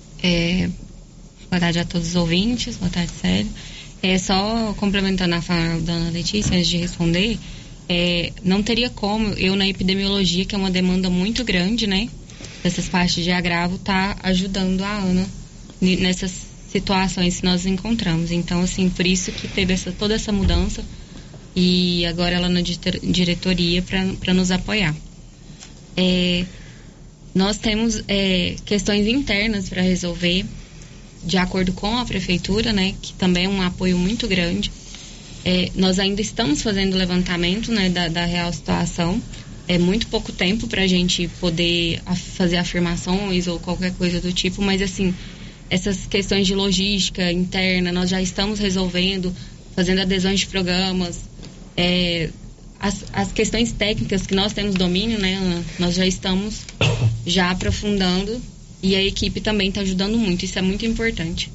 Boa tarde a todos os ouvintes, boa tarde, Célio. Só complementando a fala da Ana Letícia, antes de responder, não teria como eu, na epidemiologia, que é uma demanda muito grande, dessas partes de agravo, tá ajudando a Ana nessas situações que nós encontramos. Então, assim, por isso que teve toda essa mudança e agora ela na diretoria para nos apoiar. Nós temos questões internas para resolver, de acordo com a prefeitura, que também é um apoio muito grande. Nós ainda estamos fazendo levantamento, da real situação. É muito pouco tempo para a gente poder fazer afirmações ou qualquer coisa do tipo, mas assim, essas questões de logística interna, nós já estamos resolvendo, fazendo adesões de programas, as questões técnicas que nós temos domínio, Ana, nós já estamos aprofundando e a equipe também está ajudando muito, isso é muito importante.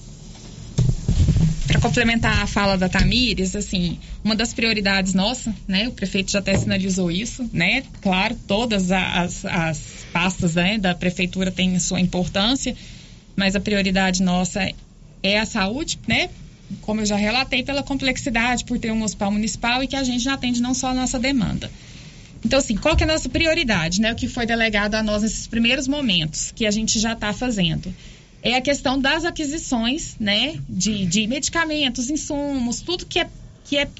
Para complementar a fala da Tamires, assim, uma das prioridades nossa, o prefeito já até sinalizou isso, claro, todas as pastas, da prefeitura têm sua importância, mas a prioridade nossa é a saúde, como eu já relatei, pela complexidade, por ter um hospital municipal e que a gente já atende não só a nossa demanda. Então, assim, qual que é a nossa prioridade, o que foi delegado a nós nesses primeiros momentos, que a gente já está fazendo? É a questão das aquisições, de medicamentos, insumos, tudo que é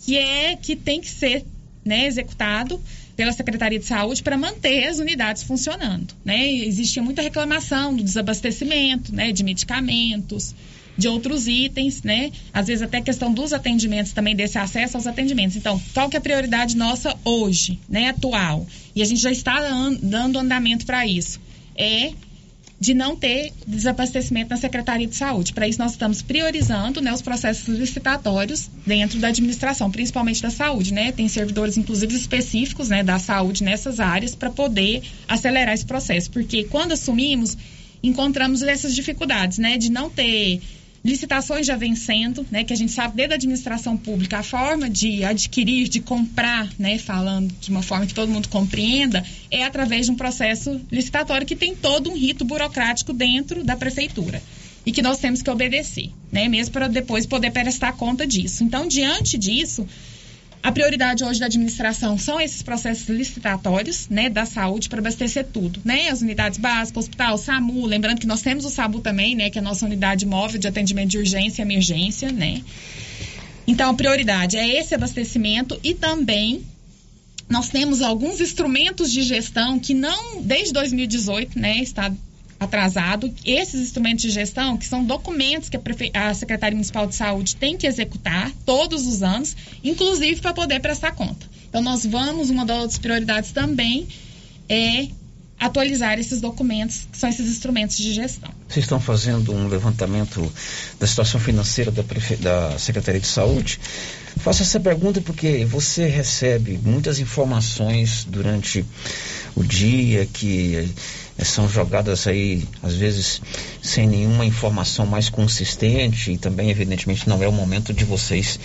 que tem que ser, né, executado pela Secretaria de Saúde para manter as unidades funcionando, né? Existia muita reclamação do desabastecimento, né, de medicamentos, de outros itens, né? Às vezes até questão dos atendimentos também, desse acesso aos atendimentos. Então, qual que é a prioridade nossa hoje, né, atual? E a gente já está dando andamento para isso. É de não ter desabastecimento na Secretaria de Saúde. Para isso, nós estamos priorizando, né, os processos licitatórios dentro da administração, principalmente da saúde, né? Tem servidores, inclusive, específicos, né, da saúde nessas áreas para poder acelerar esse processo. Porque quando assumimos, encontramos essas dificuldades, né, de não ter licitações já vencendo, né, que a gente sabe desde a administração pública, a forma de adquirir, de comprar, né, falando de uma forma que todo mundo compreenda, é através de um processo licitatório que tem todo um rito burocrático dentro da prefeitura e que nós temos que obedecer, né, mesmo para depois poder prestar conta disso. Então, diante disso, a prioridade hoje da administração são esses processos licitatórios, né, da saúde para abastecer tudo, né, as unidades básicas, hospital, SAMU, lembrando que nós temos o SAMU também, né, que é a nossa unidade móvel de atendimento de urgência e emergência, né. Então, a prioridade é esse abastecimento e também nós temos alguns instrumentos de gestão que não, desde 2018, né, está atrasado. Esses instrumentos de gestão, que são documentos que a Secretaria Municipal de Saúde tem que executar todos os anos, inclusive para poder prestar conta. Então, uma das prioridades também é atualizar esses documentos, que são esses instrumentos de gestão. Vocês estão fazendo um levantamento da situação financeira da Secretaria de Saúde? Faço essa pergunta porque você recebe muitas informações durante o dia que são jogadas aí, às vezes, sem nenhuma informação mais consistente e também, evidentemente, não é o momento de vocês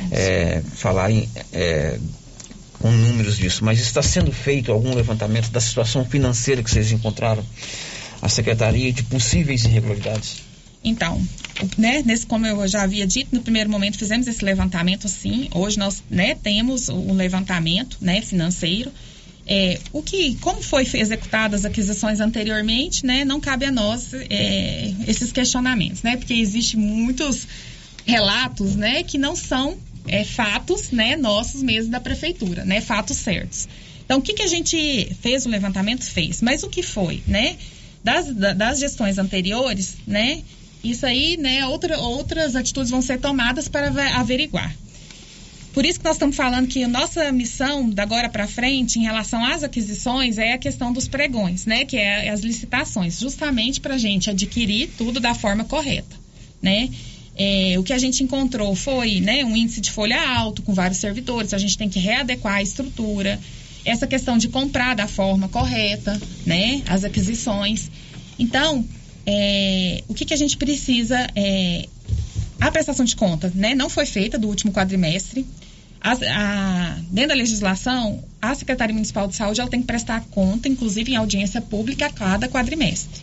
falarem com números disso, mas está sendo feito algum levantamento da situação financeira que vocês encontraram a Secretaria de possíveis irregularidades? Então, né, como eu já havia dito, no primeiro momento fizemos esse levantamento, sim. Hoje nós, né, temos um levantamento, né, financeiro. Como foi executadas as aquisições anteriormente, né, não cabe a nós esses questionamentos, né, porque existem muitos relatos, né, que não são fatos, né, nossos mesmo da prefeitura, né, fatos certos. Então, o que a gente fez o levantamento? Fez, mas o que foi, né, das gestões anteriores, né, isso aí, né, outras atitudes vão ser tomadas para averiguar. Por isso que nós estamos falando que a nossa missão, da agora para frente, em relação às aquisições, é a questão dos pregões, né? Que é as licitações, justamente para a gente adquirir tudo da forma correta, né? O que a gente encontrou foi, né, um índice de folha alto, com vários servidores, a gente tem que readequar a estrutura, essa questão de comprar da forma correta, né? As aquisições. Então, o que a gente precisa a prestação de conta, né, não foi feita do último quadrimestre. Dentro da legislação, a Secretaria Municipal de Saúde ela tem que prestar conta, inclusive em audiência pública, a cada quadrimestre.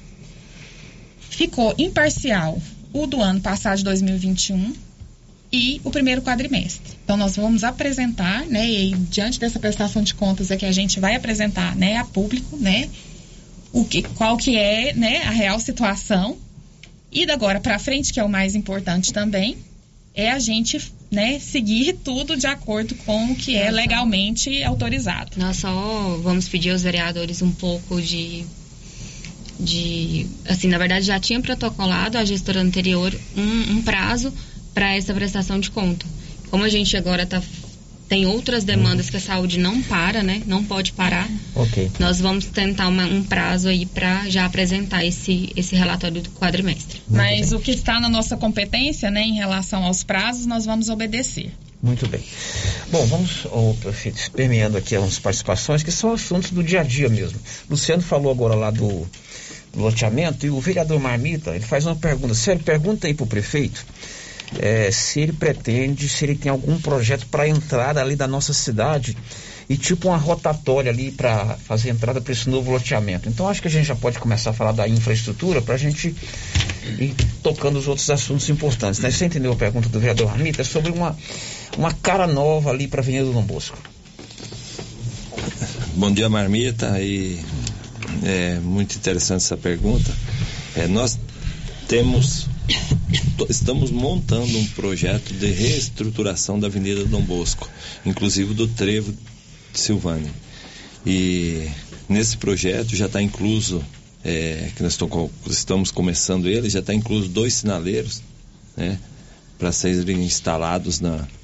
Ficou imparcial o do ano passado, de 2021, e o primeiro quadrimestre. Então, nós vamos apresentar, né, e diante dessa prestação de contas é que a gente vai apresentar, né, a público, né, qual que é, né, a real situação. E da agora para frente, que é o mais importante também, é a gente, né, seguir tudo de acordo com o que é legalmente autorizado. Nós só vamos pedir aos vereadores um pouco de assim, na verdade já tinha protocolado a gestora anterior um prazo para essa prestação de conta. Como a gente agora tem outras demandas que a saúde não para, né? Não pode parar. Okay. Nós vamos tentar um prazo aí para já apresentar esse relatório do quadrimestre. Mas o que está na nossa competência, né, em relação aos prazos, nós vamos obedecer. Muito bem. Bom, vamos, prefeito, permeando aqui algumas participações que são assuntos do dia a dia mesmo. Luciano falou agora lá do loteamento e o vereador Marmita, ele faz uma pergunta. Sério, pergunta aí pro prefeito se ele tem algum projeto para entrada ali da nossa cidade e tipo uma rotatória ali para fazer entrada para esse novo loteamento. Então acho que a gente já pode começar a falar da infraestrutura para a gente ir tocando os outros assuntos importantes, né? Você entendeu a pergunta do vereador Ramita? É sobre uma cara nova ali para a Avenida Dom Bosco. Bom dia, Marmita, e é muito interessante essa pergunta. Nós temos estamos montando um projeto de reestruturação da Avenida Dom Bosco, inclusive do trevo de Silvânia. E nesse projeto já está incluso, que nós estamos começando ele, já está incluso 2 sinaleiros, né, para serem instalados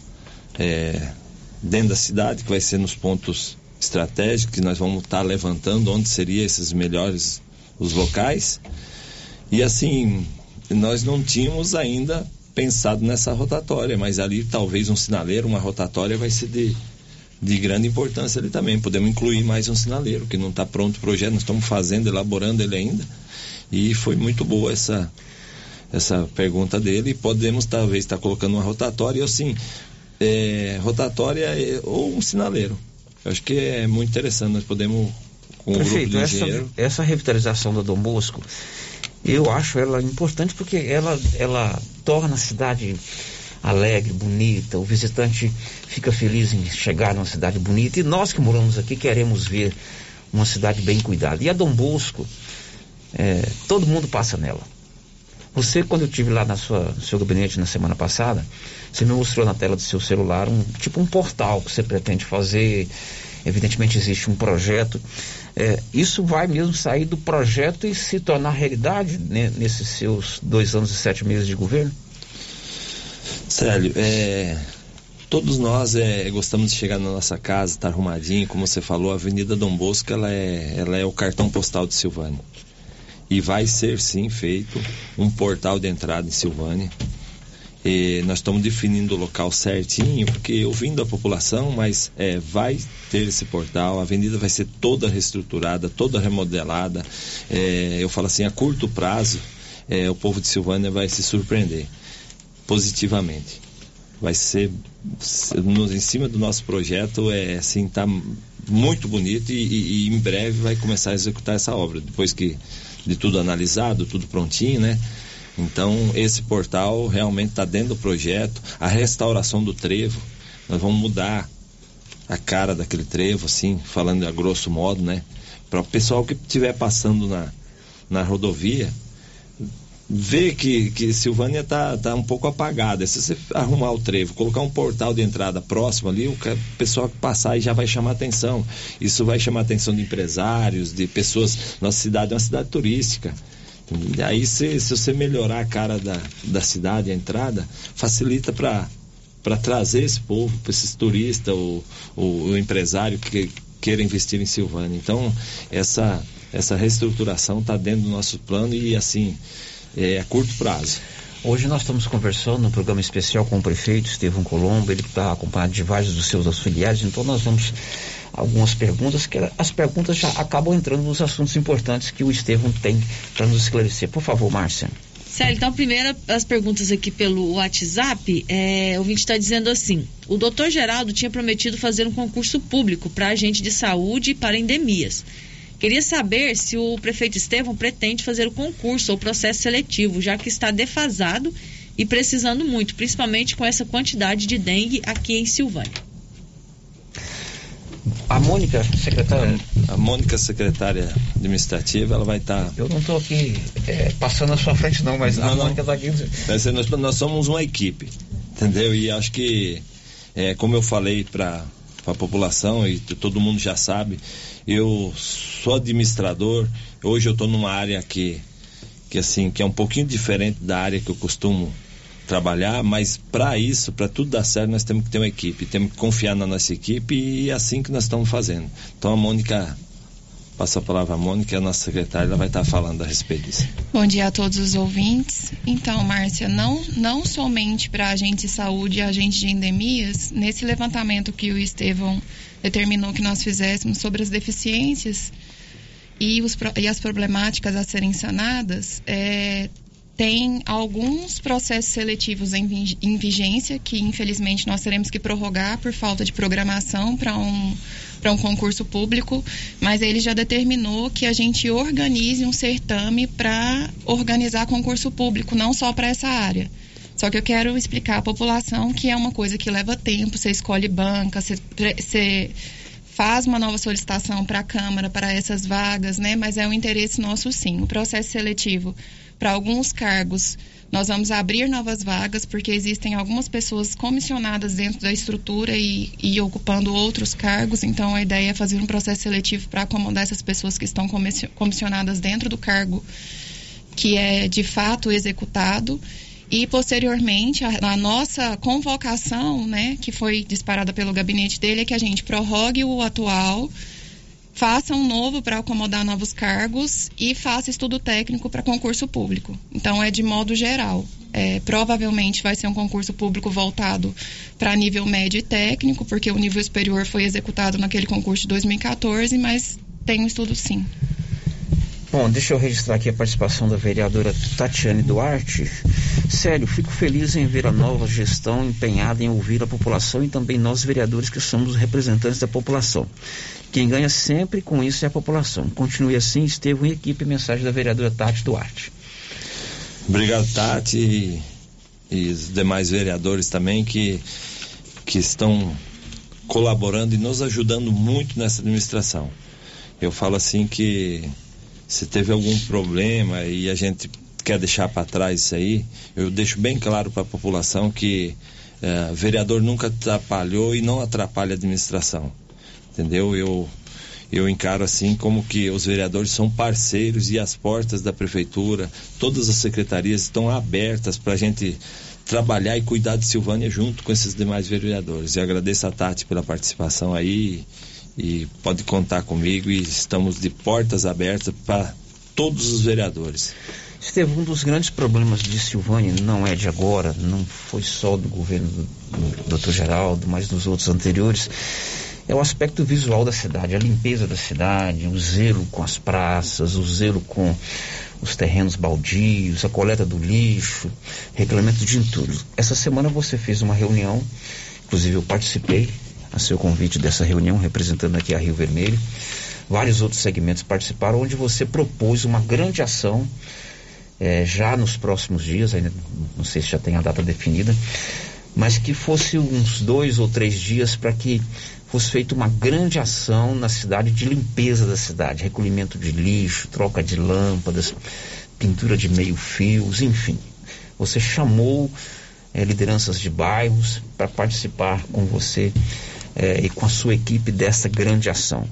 dentro da cidade, que vai ser nos pontos estratégicos, que nós vamos estar levantando onde seriam esses melhores os locais. E assim, nós não tínhamos ainda pensado nessa rotatória, mas ali talvez um sinaleiro, uma rotatória vai ser de grande importância ali também. Podemos incluir mais um sinaleiro, que não está pronto o projeto, nós estamos fazendo, elaborando ele ainda. E foi muito boa essa pergunta dele. Podemos talvez estar colocando uma rotatória, assim, rotatória ou um sinaleiro. Eu acho que é muito interessante, nós podemos, com Prefeito, o grupo de engenheiro... essa revitalização da Dom Bosco, eu acho ela importante porque ela torna a cidade alegre, bonita, o visitante fica feliz em chegar numa cidade bonita, e nós que moramos aqui queremos ver uma cidade bem cuidada. E a Dom Bosco, todo mundo passa nela. Você, quando eu estive lá no seu gabinete na semana passada, você me mostrou na tela do seu celular um portal que você pretende fazer. Evidentemente existe um projeto. Isso vai mesmo sair do projeto e se tornar realidade, né, nesses seus 2 anos e 7 meses de governo? Célio, todos nós gostamos de chegar na nossa casa, estar arrumadinho, como você falou. A Avenida Dom Bosco, ela é o cartão postal de Silvânia. E vai ser sim feito um portal de entrada em Silvânia. E nós estamos definindo o local certinho, porque ouvindo a população, mas vai ter esse portal. A avenida vai ser toda reestruturada, toda remodelada. Eu falo assim, a curto prazo, o povo de Silvânia vai se surpreender positivamente. Vai ser em cima do nosso projeto, assim, tá muito bonito, e em breve vai começar a executar essa obra, depois que de tudo analisado, tudo prontinho, né? Então, esse portal realmente está dentro do projeto. A restauração do trevo, nós vamos mudar a cara daquele trevo, assim, falando a grosso modo, né? Para o pessoal que estiver passando na rodovia, ver que Silvânia tá um pouco apagada. Se você arrumar o trevo, colocar um portal de entrada próximo ali, o pessoal que passar aí já vai chamar atenção. Isso vai chamar a atenção de empresários, de pessoas. Nossa cidade é uma cidade turística. E aí, se você melhorar a cara da cidade, a entrada, facilita para trazer esse povo, para esses turistas, o empresário que queira investir em Silvânia. Então, essa reestruturação está dentro do nosso plano e, assim, a curto prazo. Hoje nós estamos conversando no programa especial com o prefeito Estevão Colombo, ele está acompanhado de vários dos seus auxiliares, então nós vamos algumas perguntas, que as perguntas já acabam entrando nos assuntos importantes que o Estevão tem para nos esclarecer. Por favor, Márcia. Célio, então, primeiro as perguntas aqui pelo WhatsApp, o ouvinte está dizendo assim: o doutor Geraldo tinha prometido fazer um concurso público para agente de saúde para endemias. Queria saber se o prefeito Estevão pretende fazer o concurso ou processo seletivo, já que está defasado e precisando muito, principalmente com essa quantidade de dengue aqui em Silvânia. A Mônica, secretária. A Mônica, secretária administrativa, ela vai estar... Eu não estou aqui passando na sua frente não, mas a Mônica está aqui. Nós somos uma equipe, entendeu? E acho que, como eu falei para a população, e todo mundo já sabe, eu sou administrador. Hoje eu estou numa área que é um pouquinho diferente da área que eu costumo trabalhar, mas para isso, para tudo dar certo, nós temos que ter uma equipe, temos que confiar na nossa equipe, e é assim que nós estamos fazendo. Então a Mônica, passo a palavra à Mônica, a nossa secretária, ela vai estar falando a respeito disso. Bom dia a todos os ouvintes. Então, Márcia, não somente para agente de saúde e agente de endemias, nesse levantamento que o Estevão determinou que nós fizéssemos sobre as deficiências e as problemáticas a serem sanadas, tem alguns processos seletivos em vigência que, infelizmente, nós teremos que prorrogar por falta de programação para um concurso público, mas ele já determinou que a gente organize um certame para organizar concurso público, não só para essa área. Só que eu quero explicar à população que é uma coisa que leva tempo, você escolhe banca, você faz uma nova solicitação para a Câmara para essas vagas, né? Mas é um interesse nosso, sim. O processo seletivo Para alguns cargos, nós vamos abrir novas vagas, porque existem algumas pessoas comissionadas dentro da estrutura e ocupando outros cargos. Então, a ideia é fazer um processo seletivo para acomodar essas pessoas que estão comissionadas dentro do cargo que é de fato executado. E, posteriormente, a nossa convocação, né, que foi disparada pelo gabinete dele, é que a gente prorrogue o atual, faça um novo para acomodar novos cargos e faça estudo técnico para concurso público. Então, é de modo geral. Provavelmente vai ser um concurso público voltado para nível médio e técnico, porque o nível superior foi executado naquele concurso de 2014, mas tem um estudo sim. Bom, deixa eu registrar aqui a participação da vereadora Tatiane Duarte. Sério, fico feliz em ver a nova gestão empenhada em ouvir a população e também nós vereadores que somos os representantes da população. Quem ganha sempre com isso é a população. Continue assim, Estevão e equipe. Mensagem da vereadora Tati Duarte. Obrigado, Tati, e os demais vereadores também que estão colaborando e nos ajudando muito nessa administração. Eu falo assim que se teve algum problema e a gente quer deixar para trás isso aí, eu deixo bem claro para a população que vereador nunca atrapalhou e não atrapalha a administração, entendeu? Eu encaro assim como que os vereadores são parceiros e as portas da prefeitura, todas as secretarias estão abertas para a gente trabalhar e cuidar de Silvânia junto com esses demais vereadores. E agradeço a Tati pela participação aí. E pode contar comigo e estamos de portas abertas para todos os vereadores. Estevão, um dos grandes problemas de Silvânia não é de agora, não foi só do governo do Dr. Geraldo, mas dos outros anteriores, é o aspecto visual da cidade, a limpeza da cidade, o zelo com as praças, o zelo com os terrenos baldios, a coleta do lixo, regulamento de entulho. Essa semana você fez uma reunião, inclusive eu participei, a seu convite dessa reunião, representando aqui a Rio Vermelho. Vários outros segmentos participaram, onde você propôs uma grande ação, já nos próximos dias, ainda não sei se já tem a data definida, mas que fosse uns 2 ou 3 dias para que fosse feita uma grande ação na cidade de limpeza da cidade, recolhimento de lixo, troca de lâmpadas, pintura de meio-fios, enfim. Você chamou lideranças de bairros para participar com você e com a sua equipe dessa grande ação.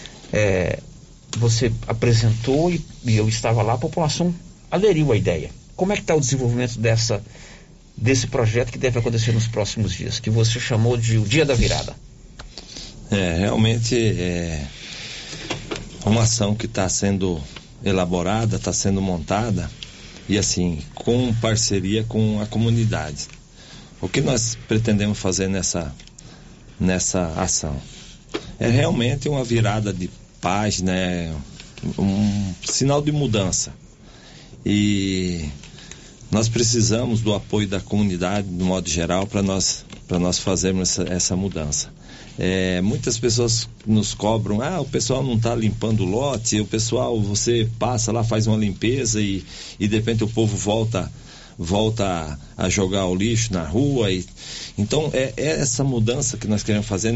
Você apresentou e eu estava lá, a população aderiu à ideia. Como é que está o desenvolvimento desse projeto que deve acontecer nos próximos dias, que você chamou de o Dia da Virada? Realmente é uma ação que está sendo elaborada, está sendo montada e assim, com parceria com a comunidade. O que nós pretendemos fazer nessa ação? É realmente uma virada de página, um sinal de mudança. E nós precisamos do apoio da comunidade, de modo geral, para nós fazermos essa mudança. Muitas pessoas nos cobram, o pessoal não está limpando o lote, você passa lá, faz uma limpeza e de repente o povo volta a jogar o lixo na rua. Então é essa mudança que nós queremos fazer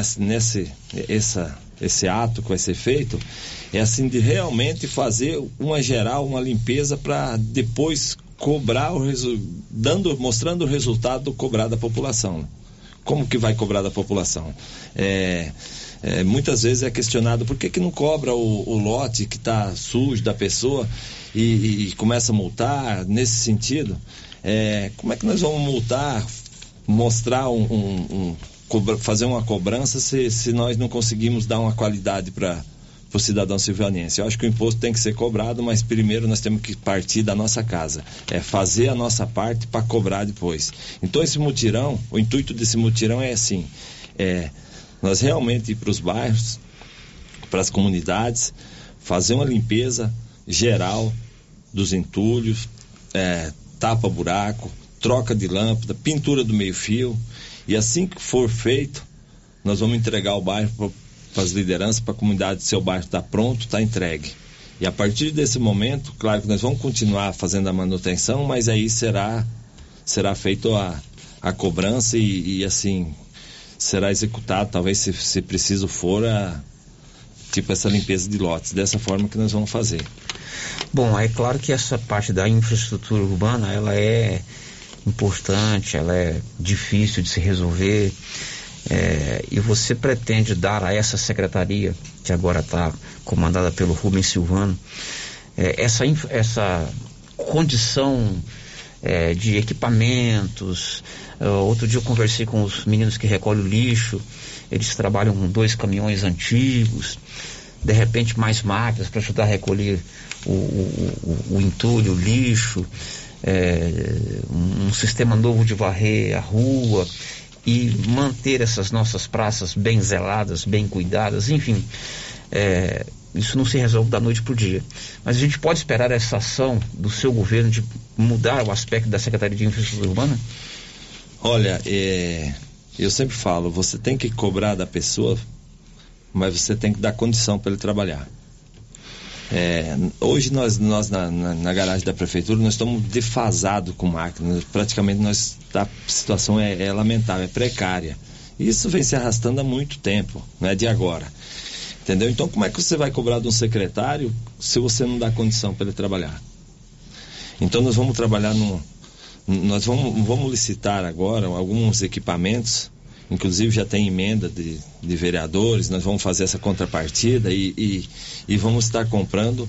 esse ato que vai ser feito, é assim de realmente fazer uma limpeza para depois cobrar mostrando o resultado cobrado da população. Como que vai cobrar da população? Muitas vezes é questionado por que não cobra o lote que está sujo da pessoa e começa a multar nesse sentido. Como é que nós vamos multar, mostrar fazer uma cobrança se nós não conseguimos dar uma qualidade para o cidadão silvanense? Eu acho que o imposto tem que ser cobrado, mas primeiro nós temos que partir da nossa casa, fazer a nossa parte para cobrar depois. Então esse mutirão, o intuito desse mutirão é assim, nós realmente ir para os bairros, para as comunidades, fazer uma limpeza geral dos entulhos, tapa-buraco, troca de lâmpada, pintura do meio-fio, e assim que for feito, nós vamos entregar o bairro para as lideranças, para a comunidade. Seu bairro está pronto, está entregue. E a partir desse momento, claro que nós vamos continuar fazendo a manutenção, mas aí será feito a cobrança e assim será executado, talvez se preciso for, tipo essa limpeza de lotes. Dessa forma que nós vamos fazer. Bom, é claro que essa parte da infraestrutura urbana, ela é importante, ela é difícil de se resolver, e você pretende dar a essa secretaria, que agora está comandada pelo Rubens Silvano, essa condição de equipamentos. Outro dia eu conversei com os meninos que recolhem o lixo, eles trabalham com 2 caminhões antigos, de repente mais máquinas para ajudar a recolher o entulho, o lixo, um sistema novo de varrer a rua e manter essas nossas praças bem zeladas, bem cuidadas, enfim, isso não se resolve da noite para o dia. Mas a gente pode esperar essa ação do seu governo de mudar o aspecto da Secretaria de Infraestrutura Urbana? Olha, eu sempre falo, você tem que cobrar da pessoa, mas você tem que dar condição para ele trabalhar. Hoje nós na garagem da prefeitura nós estamos defasados com máquinas, praticamente a situação é lamentável, é precária. Isso vem se arrastando há muito tempo, não é de agora, entendeu? Então como é que você vai cobrar de um secretário se você não dá condição para ele trabalhar? Então nós vamos trabalhar nós vamos licitar agora alguns equipamentos, inclusive já tem emenda de vereadores, nós vamos fazer essa contrapartida e vamos estar comprando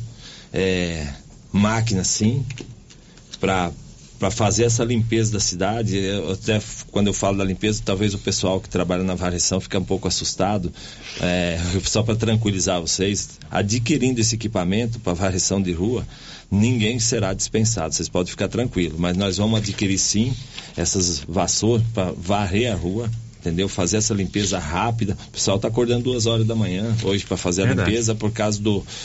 máquinas sim para fazer essa limpeza da cidade. Até quando eu falo da limpeza, talvez o pessoal que trabalha na varrição fique um pouco assustado, só para tranquilizar vocês, adquirindo esse equipamento para varrição de rua, ninguém será dispensado, vocês podem ficar tranquilos, mas nós vamos adquirir sim essas vassouras para varrer a rua, entendeu? Fazer essa limpeza rápida. O pessoal está acordando 2 horas da manhã hoje para fazer a limpeza por causa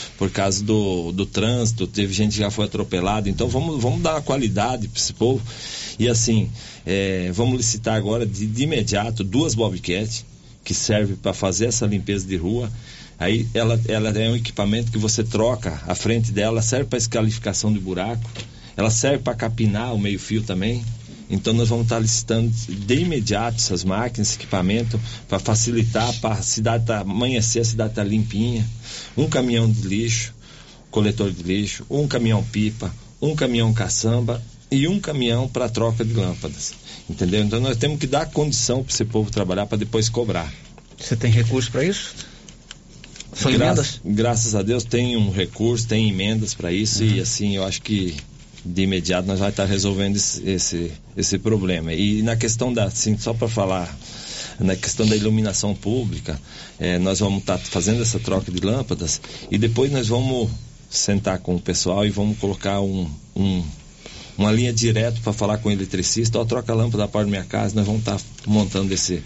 do trânsito. Teve gente que já foi atropelada. Então vamos dar uma qualidade para esse povo. E assim, vamos licitar agora de imediato 2 Bobcat que serve para fazer essa limpeza de rua. Aí ela é um equipamento que você troca a frente dela, serve para escalificação de buraco, ela serve para capinar o meio-fio também. Então nós vamos estar licitando de imediato essas máquinas, esse equipamento, para facilitar, para a cidade amanhecer, a cidade estar limpinha. Um caminhão de lixo, coletor de lixo, um caminhão pipa, um caminhão caçamba e um caminhão para troca de lâmpadas. Entendeu? Então nós temos que dar condição para esse povo trabalhar para depois cobrar. Você tem recurso para isso? São emendas? Graças a Deus tem um recurso, tem emendas para isso. E assim, eu acho que de imediato nós vamos estar resolvendo esse problema. E na questão assim, só para falar, na questão da iluminação pública, nós vamos estar fazendo essa troca de lâmpadas e depois nós vamos sentar com o pessoal e vamos colocar uma linha direto para falar com o eletricista. Troca a lâmpada da porta da minha casa, nós vamos estar montando esse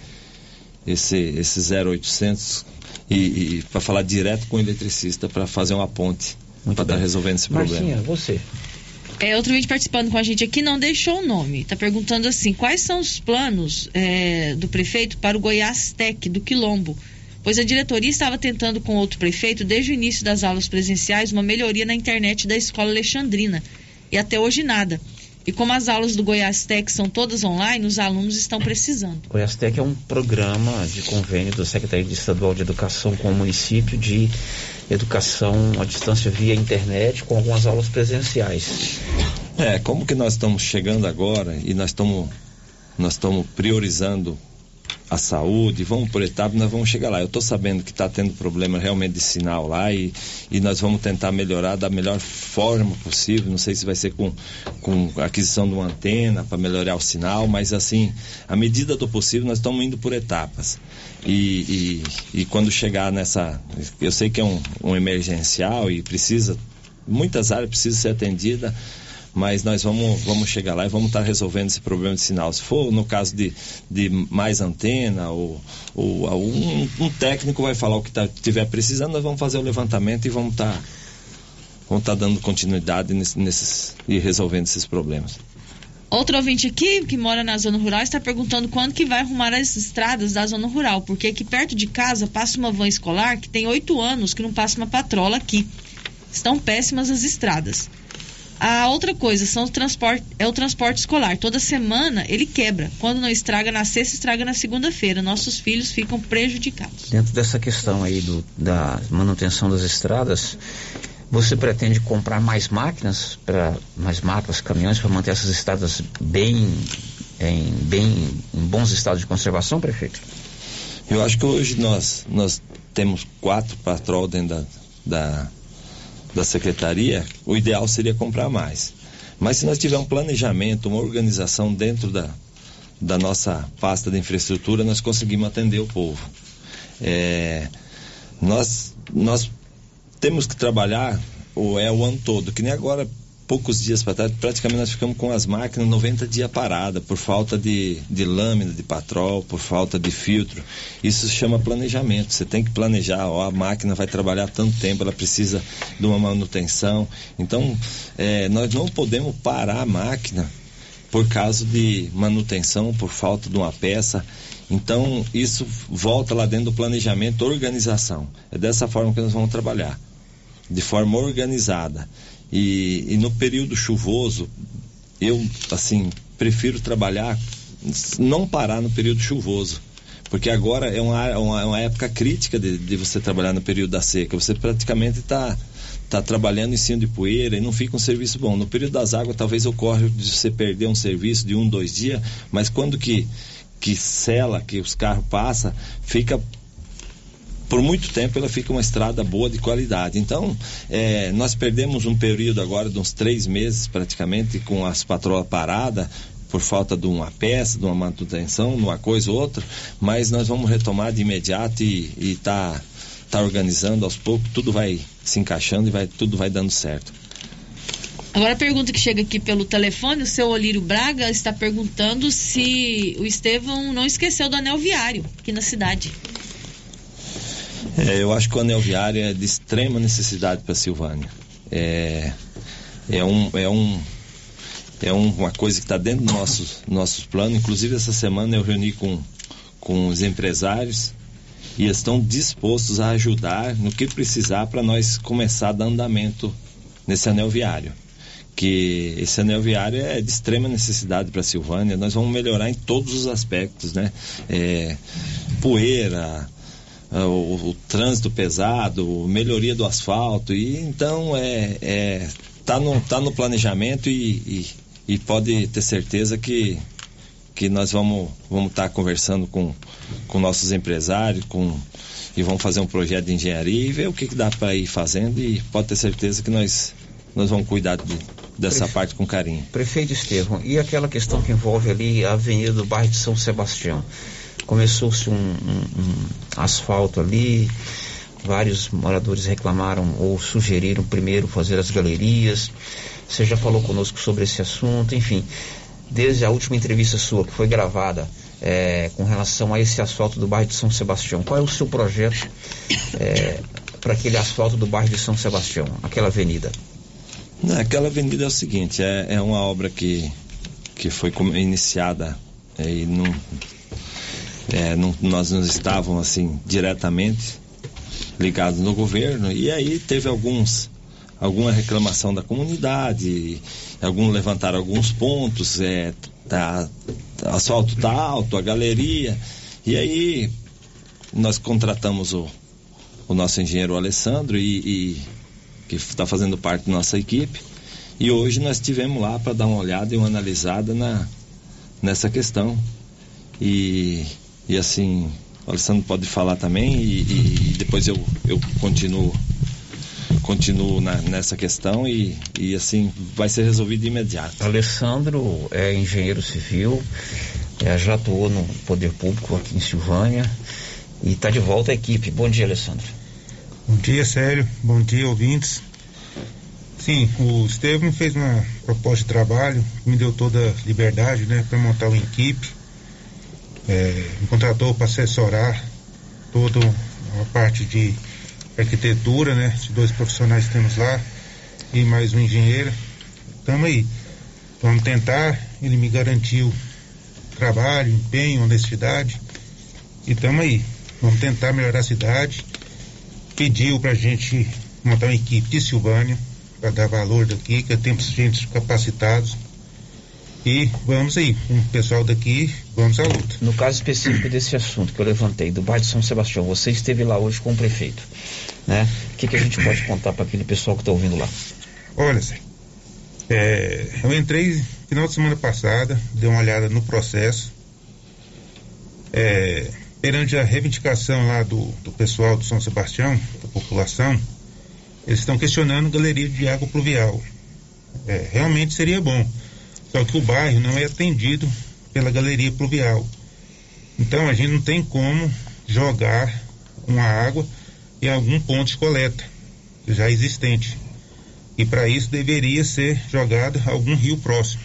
0800 e para falar direto com o eletricista para fazer uma ponte para estar resolvendo esse problema. Marcinha, você. Outro vídeo participando com a gente aqui não deixou o nome. Está perguntando assim: quais são os planos do prefeito para o Goiás Tech do Quilombo? Pois a diretoria estava tentando com outro prefeito, desde o início das aulas presenciais, uma melhoria na internet da escola Alexandrina. E até hoje nada. E como as aulas do Goiás Tech são todas online, os alunos estão precisando. O Goiás Tech é um programa de convênio da Secretaria Estadual de Educação com o município de educação à distância via internet com algumas aulas presenciais. Como que nós estamos chegando agora e nós estamos priorizando a saúde, vamos por etapas, nós vamos chegar lá. Eu estou sabendo que está tendo problema realmente de sinal lá e nós vamos tentar melhorar da melhor forma possível. Não sei se vai ser com a aquisição de uma antena para melhorar o sinal, mas assim, à medida do possível, nós estamos indo por etapas. E quando chegar nessa, eu sei que é um emergencial e muitas áreas precisam ser atendidas, mas nós vamos chegar lá e vamos estar resolvendo esse problema de sinal. Se for no caso de mais antena ou um técnico vai falar o que estiver precisando, nós vamos fazer o levantamento e vamos estar dando continuidade e resolvendo esses problemas. Outro ouvinte aqui, que mora na zona rural, está perguntando quando que vai arrumar as estradas da zona rural, porque aqui perto de casa passa uma van escolar que tem 8 anos que não passa uma patrola aqui. Estão péssimas as estradas. A outra coisa é o transporte escolar. Toda semana ele quebra. Quando não estraga na sexta, estraga na segunda-feira. Nossos filhos ficam prejudicados. Dentro dessa questão aí da manutenção das estradas, você pretende comprar mais máquinas, caminhões, para manter essas estradas em bons estados de conservação, prefeito? Eu acho que hoje nós temos 4 patrol dentro da secretaria. O ideal seria comprar mais. Mas se nós tivermos um planejamento, uma organização dentro da nossa pasta de infraestrutura, nós conseguimos atender o povo. Nós temos que trabalhar o ano todo, que nem agora, poucos dias para trás, praticamente nós ficamos com as máquinas 90 dias paradas, por falta de lâmina, de patrol, por falta de filtro. Isso se chama planejamento. Você tem que planejar, a máquina vai trabalhar tanto tempo, ela precisa de uma manutenção. Então, nós não podemos parar a máquina por causa de manutenção, por falta de uma peça. Então, isso volta lá dentro do planejamento, organização. É dessa forma que nós vamos trabalhar, de forma organizada. E no período chuvoso, eu, prefiro trabalhar, não parar no período chuvoso, porque agora é uma época crítica de você trabalhar no período da seca. Você praticamente está trabalhando em cima de poeira e não fica um serviço bom. No período das águas, talvez ocorra de você perder um serviço de 1-2 dias, mas quando que sela, que os carros passam, fica... Por muito tempo ela fica uma estrada boa, de qualidade. Então, nós perdemos um período agora de uns 3 meses praticamente com as patroas paradas por falta de uma peça, de uma manutenção, de uma coisa ou outra, mas nós vamos retomar de imediato e tá organizando aos poucos, tudo vai se encaixando e tudo vai dando certo. Agora a pergunta que chega aqui pelo telefone, o seu Olírio Braga está perguntando se o Estevão não esqueceu do anel viário aqui na cidade. Eu acho que o anel viário é de extrema necessidade para a Silvânia. É uma coisa que está dentro dos nossos planos. Inclusive, essa semana eu reuni com os empresários e eles estão dispostos a ajudar no que precisar para nós começar a dar andamento nesse anel viário. Que esse anel viário é de extrema necessidade para a Silvânia. Nós vamos melhorar em todos os aspectos, né? Poeira, o trânsito pesado, melhoria do asfalto, e então tá no planejamento e pode ter certeza que nós vamos estar conversando com nossos empresários e vamos fazer um projeto de engenharia e ver o que dá para ir fazendo, e pode ter certeza que nós vamos cuidar dessa parte com carinho. Prefeito Estevão, e aquela questão que envolve ali a avenida do bairro de São Sebastião? Começou-se um asfalto ali, vários moradores reclamaram ou sugeriram primeiro fazer as galerias. Você já falou conosco sobre esse assunto, enfim, desde a última entrevista sua que foi gravada com relação a esse asfalto do bairro de São Sebastião, qual é o seu projeto para aquele asfalto do bairro de São Sebastião, aquela avenida? Aquela avenida é o seguinte, é uma obra que foi iniciada e nós não estávamos diretamente ligados no governo, e aí teve alguma reclamação da comunidade, levantaram alguns pontos, o asfalto está alto, a galeria, e aí nós contratamos o nosso engenheiro Alessandro, que está fazendo parte da nossa equipe, e hoje nós estivemos lá para dar uma olhada e uma analisada nessa questão, e assim, o Alessandro pode falar também, e depois eu continuo nessa questão, e assim vai ser resolvido de imediato. Alessandro é engenheiro civil, já atuou no poder público aqui em Silvânia e está de volta à equipe. Bom dia, Alessandro. Bom dia, Célio. Bom dia, ouvintes. Sim, o Estevão fez uma proposta de trabalho, me deu toda a liberdade, para montar uma equipe. Me contratou para assessorar toda a parte de arquitetura, de 2 profissionais que temos lá e mais um engenheiro. Estamos aí. Vamos tentar, ele me garantiu trabalho, empenho, honestidade, e estamos aí. Vamos tentar melhorar a cidade. Pediu para a gente montar uma equipe de Silvânia, para dar valor daqui, que temos gente capacitados. E vamos aí, com o pessoal daqui, vamos à luta. No caso específico desse assunto que eu levantei, do bairro de São Sebastião, você esteve lá hoje com o prefeito, né? O que a gente pode contar para aquele pessoal que está ouvindo lá? Olha, Zé, eu entrei final de semana passada, dei uma olhada no processo, perante a reivindicação lá do pessoal do São Sebastião, da população, eles estão questionando galeria de água pluvial. Realmente seria bom, só que o bairro não é atendido pela galeria pluvial. Então a gente não tem como jogar uma água em algum ponto de coleta já existente. E para isso deveria ser jogado algum rio próximo.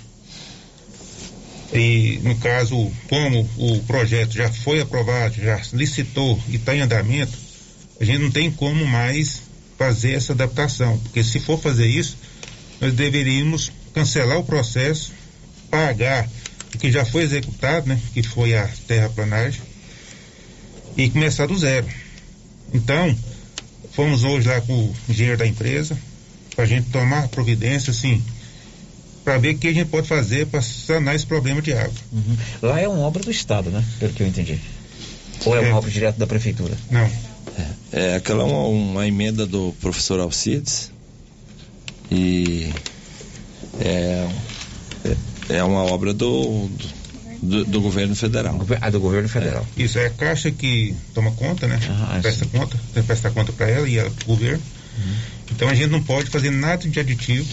E no caso, como o projeto já foi aprovado, já licitou e está em andamento, a gente não tem como mais fazer essa adaptação, porque se for fazer isso, nós deveríamos cancelar o processo, pagar o que já foi executado, né, que foi a terraplanagem, e começar do zero. Então, fomos hoje lá com o engenheiro da empresa, para a gente tomar providência, assim, para ver o que a gente pode fazer para sanar esse problema de água. Uhum. Lá é uma obra do Estado, né? Pelo que eu entendi. Ou é uma obra direto da Prefeitura? Não. Aquela é uma emenda do professor Alcides e é uma obra do governo federal. Do governo federal. Isso, é a Caixa que toma conta, né? Presta conta para ela e ela para o governo. Então a gente não pode fazer nada de aditivo,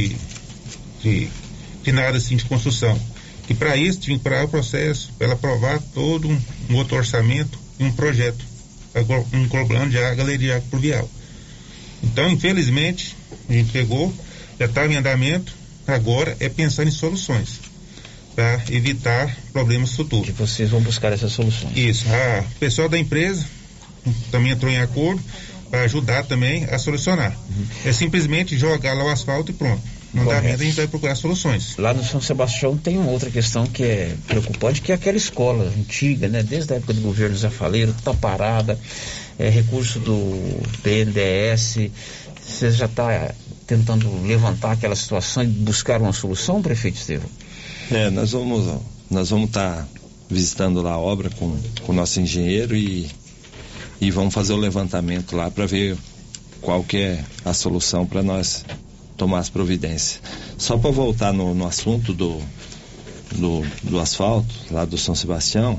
de nada assim de construção. E para isso tinha que parar o processo, para ela aprovar todo um outro orçamento e um projeto, englobando já a galeria pluvial. Então, infelizmente, a gente pegou, já estava em andamento, agora é pensar em soluções para evitar problemas futuros. E vocês vão buscar essas soluções. Isso, o pessoal da empresa também entrou em acordo para ajudar também a solucionar. É simplesmente jogar lá o asfalto e pronto. No andamento a gente vai procurar soluções. Lá no São Sebastião tem uma outra questão que é preocupante, que é aquela escola antiga, né? Desde a época do governo Zé Faleiro, está parada, recurso do BNDES. Você já está tentando levantar aquela situação e buscar uma solução, prefeito Estevão? Nós vamos estar visitando lá a obra com o nosso engenheiro e vamos fazer o levantamento lá para ver qual que é a solução para nós tomar as providências. Só para voltar no assunto do asfalto lá do São Sebastião,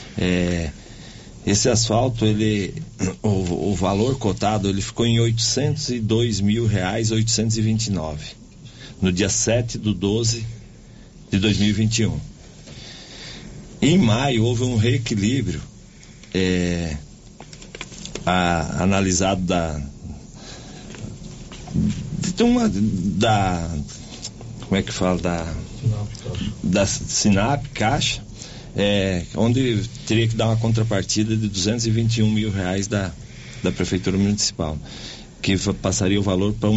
esse asfalto, o valor cotado, ele ficou em R$802 mil, 829, no dia 7/12 de 2021. Em maio houve um reequilíbrio analisado como é que fala, da Sinap Caixa, onde teria que dar uma contrapartida de R$221 mil da Prefeitura Municipal, que passaria o valor para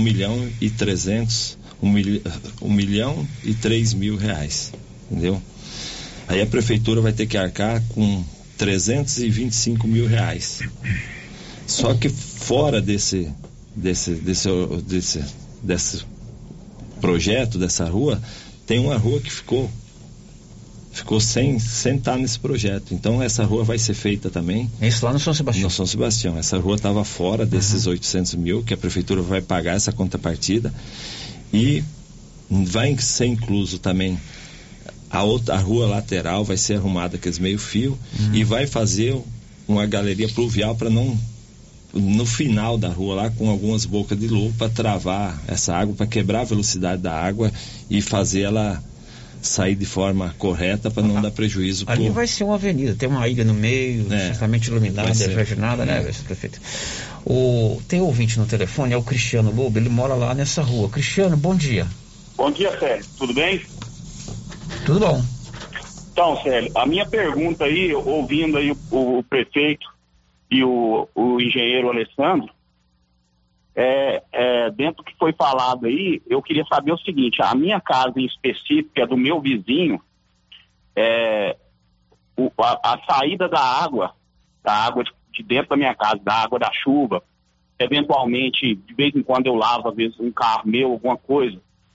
R$1.003.000, entendeu? Aí a Prefeitura vai ter que arcar com R$325 mil. Só que fora desse projeto, dessa rua, tem uma rua que ficou sem estar nesse projeto. Então essa rua vai ser feita também. Isso lá no São Sebastião? No São Sebastião. Essa rua estava fora desses 800 mil, que a Prefeitura vai pagar essa contrapartida. E vai ser incluso também a rua lateral, vai ser arrumada aqueles meio fio, e vai fazer uma galeria pluvial para não, no final da rua lá, com algumas bocas de lobo, para travar essa água, para quebrar a velocidade da água e fazer ela sair de forma correta para não dar prejuízo. Ali vai ser uma avenida, tem uma ilha no meio, justamente iluminada, jarginada, né, prefeito? Tem ouvinte no telefone, é o Cristiano Lobo, ele mora lá nessa rua. Cristiano, bom dia. Bom dia, Célio, tudo bem? Tudo bom. Então, Célio, a minha pergunta aí, ouvindo aí o prefeito e o engenheiro Alessandro, dentro do que foi falado aí, eu queria saber o seguinte: a minha casa em específico, é do meu vizinho, a saída da água de dentro da minha casa, da água da chuva, eventualmente, de vez em quando eu lavo, às vezes, um carro meu, alguma coisa.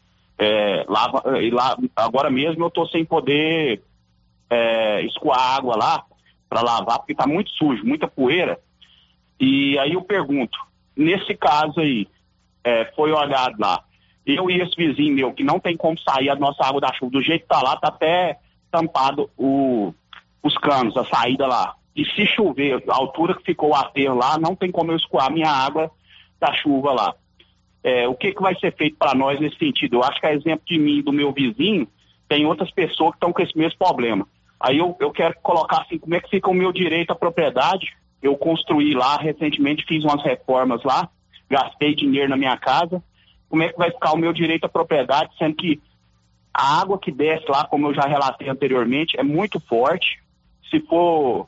Agora mesmo eu estou sem poder escoar água lá para lavar, porque está muito sujo, muita poeira. E aí eu pergunto, nesse caso aí, foi olhado lá, eu e esse vizinho meu, que não tem como sair a nossa água da chuva, do jeito que tá lá, tá até tampado os canos, a saída lá. E se chover, a altura que ficou o aterro lá, não tem como eu escoar minha água da chuva lá. O que vai ser feito para nós nesse sentido? Eu acho que, a exemplo de mim e do meu vizinho, tem outras pessoas que estão com esse mesmo problema. Aí eu quero colocar assim, como é que fica o meu direito à propriedade? Eu construí lá, recentemente fiz umas reformas lá, gastei dinheiro na minha casa. Como é que vai ficar o meu direito à propriedade, sendo que a água que desce lá, como eu já relatei anteriormente, é muito forte. Se for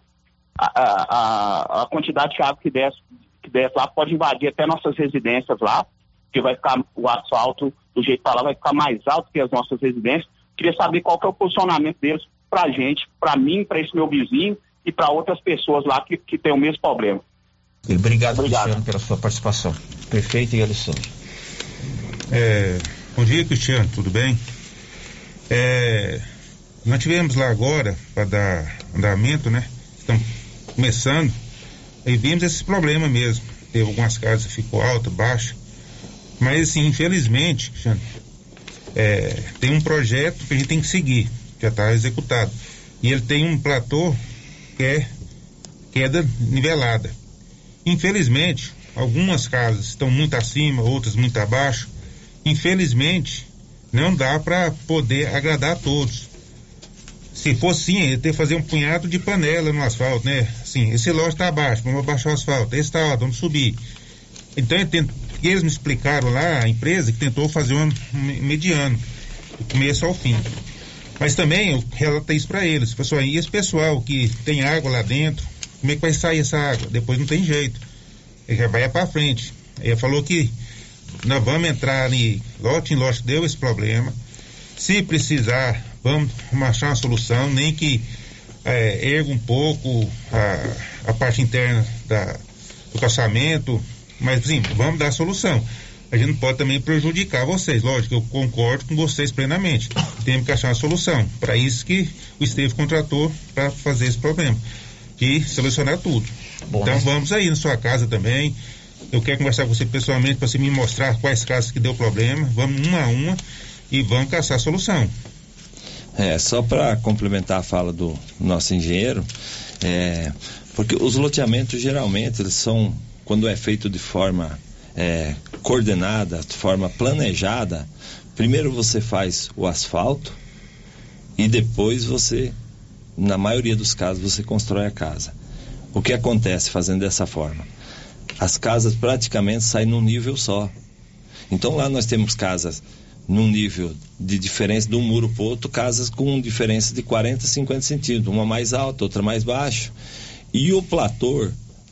a quantidade de água que desce lá, pode invadir até nossas residências lá, porque vai ficar o asfalto do jeito que tá lá, vai ficar mais alto que as nossas residências. Queria saber qual que é o posicionamento deles pra gente, pra mim, pra esse meu vizinho e para outras pessoas lá que tem o mesmo problema. Obrigado, Cristiano, pela sua participação. Perfeito, e Alessandro. Bom dia, Cristiano, tudo bem? Nós tivemos lá agora, para dar andamento, né? Estamos começando, e vimos esse problema mesmo. Teve algumas casas que ficou alta, baixa, mas assim, infelizmente, Cristiano, tem um projeto que a gente tem que seguir, já está executado, e ele tem um platô que é queda nivelada. Infelizmente, algumas casas estão muito acima, outras muito abaixo. Infelizmente, não dá para poder agradar a todos. Se fosse sim, ia ter que fazer um punhado de panela no asfalto, né? Assim, esse lote está abaixo, vamos abaixar o asfalto. Esse está alto, vamos subir. Então, eles me explicaram lá, a empresa, que tentou fazer um mediano, do começo ao fim. Mas também eu relatei isso para eles. Pessoal, e esse pessoal que tem água lá dentro, como é que vai sair essa água? Depois não tem jeito. Ele já vai para frente. Ele falou que nós vamos entrar em lote, deu esse problema. Se precisar, vamos achar uma solução, nem que erga um pouco a parte interna do calçamento, mas sim, vamos dar a solução. A gente não pode também prejudicar vocês, lógico, eu concordo com vocês plenamente. Temos que achar uma solução. Para isso que o Estevam contratou para fazer esse problema, e solucionar tudo. Bom, então vamos aí na sua casa também. Eu quero conversar com você pessoalmente para você me mostrar quais casas que deu problema. Vamos uma a uma e vamos caçar a solução. Só para complementar a fala do nosso engenheiro, porque os loteamentos geralmente eles são, quando é feito de forma coordenada, de forma planejada, primeiro você faz o asfalto e depois você, na maioria dos casos, você constrói a casa. O que acontece fazendo dessa forma? As casas praticamente saem num nível só. Então lá nós temos casas num nível de diferença de um muro para o outro, casas com diferença de 40, 50 centímetros, uma mais alta, outra mais baixa. E o platô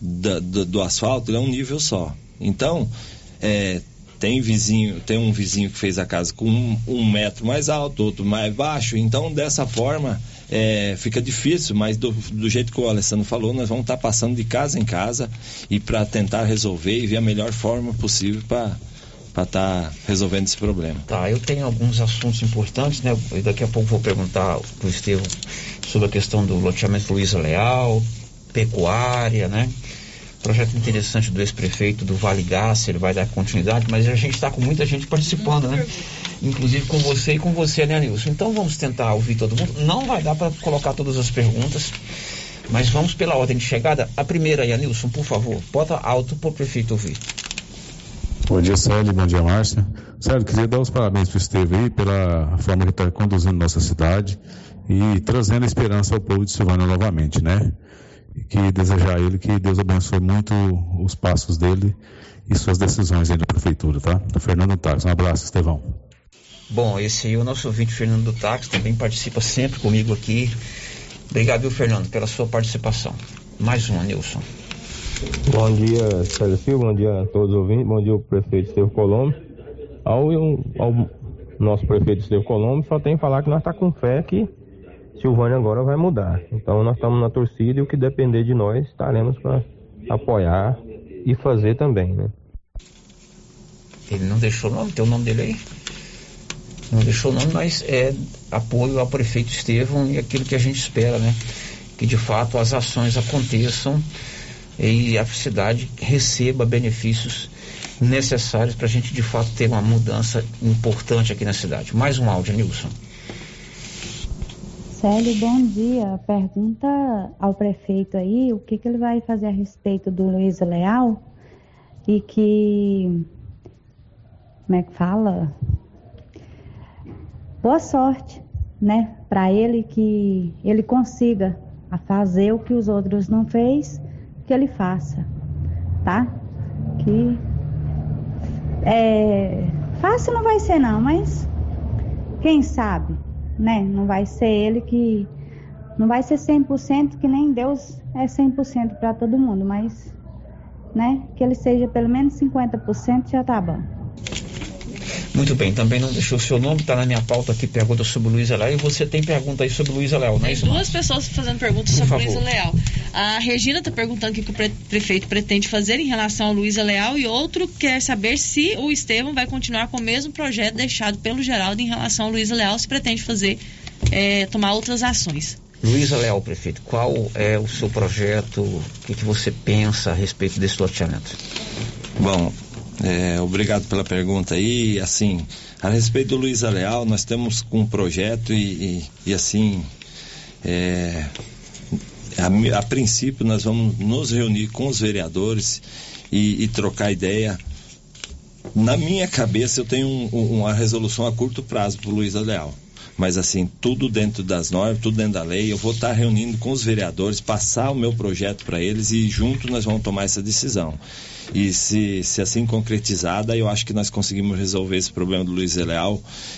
do asfalto é um nível só. Então, tem um vizinho que fez a casa com um metro mais alto, outro mais baixo. Então, dessa forma, fica difícil, mas do jeito que o Alessandro falou, nós vamos estar passando de casa em casa e para tentar resolver e ver a melhor forma possível para estar resolvendo esse problema. Tá, eu tenho alguns assuntos importantes, né? E daqui a pouco vou perguntar pro Estevam sobre a questão do loteamento Luiza Leal, pecuária, né? Projeto interessante do ex-prefeito do Vale Gás, ele vai dar continuidade, mas a gente está com muita gente participando, né? Inclusive com você, né, Nilson? Então vamos tentar ouvir todo mundo. Não vai dar para colocar todas as perguntas, mas vamos pela ordem de chegada. A primeira aí, Nilson, por favor, bota alto para o prefeito ouvir. Bom dia, Célio, bom dia, Márcia. Célio, queria dar os parabéns para o Estevam aí pela forma que está conduzindo nossa cidade e trazendo esperança ao povo de Silvânia novamente, né? E que desejar a ele que Deus abençoe muito os passos dele e suas decisões aí na prefeitura, tá? Fernando Tax, um abraço, Estevão. Bom, esse aí, o nosso ouvinte Fernando Tax, também participa sempre comigo aqui. Obrigado, viu, Fernando, pela sua participação. Mais um, Nilson. Bom dia, Célio Silva, bom dia a todos os ouvintes, bom dia ao prefeito Estevam Colombo. Ao nosso prefeito Estevam Colombo, só tem que falar que nós estamos com fé que Silvânia agora vai mudar. Então nós estamos na torcida e o que depender de nós estaremos para apoiar e fazer também, né? Ele não deixou o nome, tem o nome dele aí? Não deixou o nome, mas é apoio ao prefeito Estevão e aquilo que a gente espera, né? Que de fato as ações aconteçam e a cidade receba benefícios necessários para a gente de fato ter uma mudança importante aqui na cidade. Mais um áudio, Nilson. Célio, bom dia. Pergunta ao prefeito aí o que ele vai fazer a respeito do Luiz Leal e que, como é que fala? Boa sorte, né? Para ele, que ele consiga fazer o que os outros não fez, que ele faça, tá? Que fácil não vai ser não, mas quem sabe, né? Não vai ser ele que... Não vai ser 100%, que nem Deus é 100% para todo mundo, mas, né? Que ele seja pelo menos 50% já tá bom. Muito bem, também não deixou o seu nome, está na minha pauta aqui, pergunta sobre o Luiz Leal, e você tem pergunta aí sobre o Luiz Leal, não é isso? Tem duas pessoas fazendo perguntas sobre o Luiz Leal. A Regina está perguntando o que o prefeito pretende fazer em relação ao Luiz Leal, e outro quer saber se o Estevão vai continuar com o mesmo projeto deixado pelo Geraldo em relação ao Luiz Leal, se pretende fazer, tomar outras ações. Luiz Leal, prefeito, qual é o seu projeto, o que você pensa a respeito desse loteamento? Bom, obrigado pela pergunta aí. Assim, a respeito do Luiz Leal, nós temos um projeto e assim, a princípio nós vamos nos reunir com os vereadores e trocar ideia. Na minha cabeça eu tenho uma resolução a curto prazo para o Luiz Leal. Mas assim, tudo dentro das normas, tudo dentro da lei. Eu vou estar reunindo com os vereadores, passar o meu projeto para eles e juntos nós vamos tomar essa decisão. E se assim concretizada, eu acho que nós conseguimos resolver esse problema do Luiz Leal,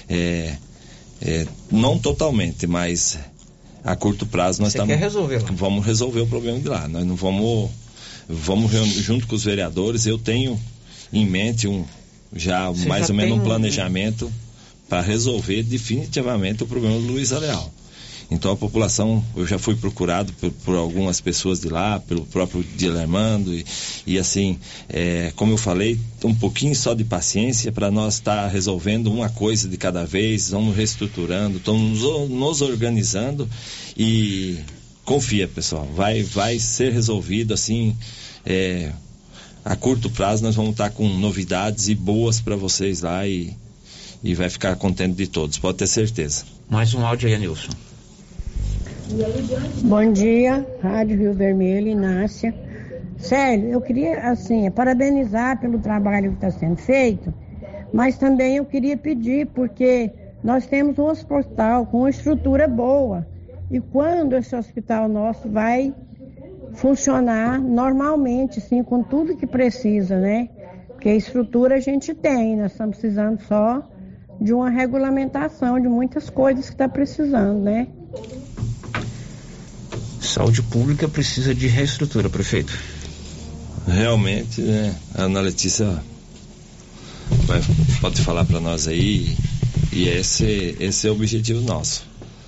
não totalmente, mas a curto prazo nós quer resolver lá? Vamos resolver o problema de lá. Nós não vamos reunir junto com os vereadores. Eu tenho em mente mais ou menos um planejamento para resolver definitivamente o problema do Luiz Leal. Então a população, eu já fui procurado por algumas pessoas de lá, pelo próprio Dilermando e assim, como eu falei, um pouquinho só de paciência para nós estar resolvendo uma coisa de cada vez, vamos reestruturando, estamos nos organizando e confia, pessoal, vai ser resolvido assim, a curto prazo nós vamos estar com novidades e boas para vocês lá e vai ficar contente de todos, pode ter certeza. Mais um áudio aí, Nilson. Bom dia, Rádio Rio Vermelho, Inácia. Célio, eu queria, assim, parabenizar pelo trabalho que está sendo feito, mas também eu queria pedir, porque nós temos um hospital com uma estrutura boa, e quando esse hospital nosso vai funcionar normalmente, sim, com tudo que precisa, né? Porque a estrutura a gente tem, nós estamos precisando só de uma regulamentação de muitas coisas que está precisando, né? Saúde pública precisa de reestrutura, prefeito. Realmente, né? A Ana Letícia pode falar para nós aí, e esse é o objetivo nosso.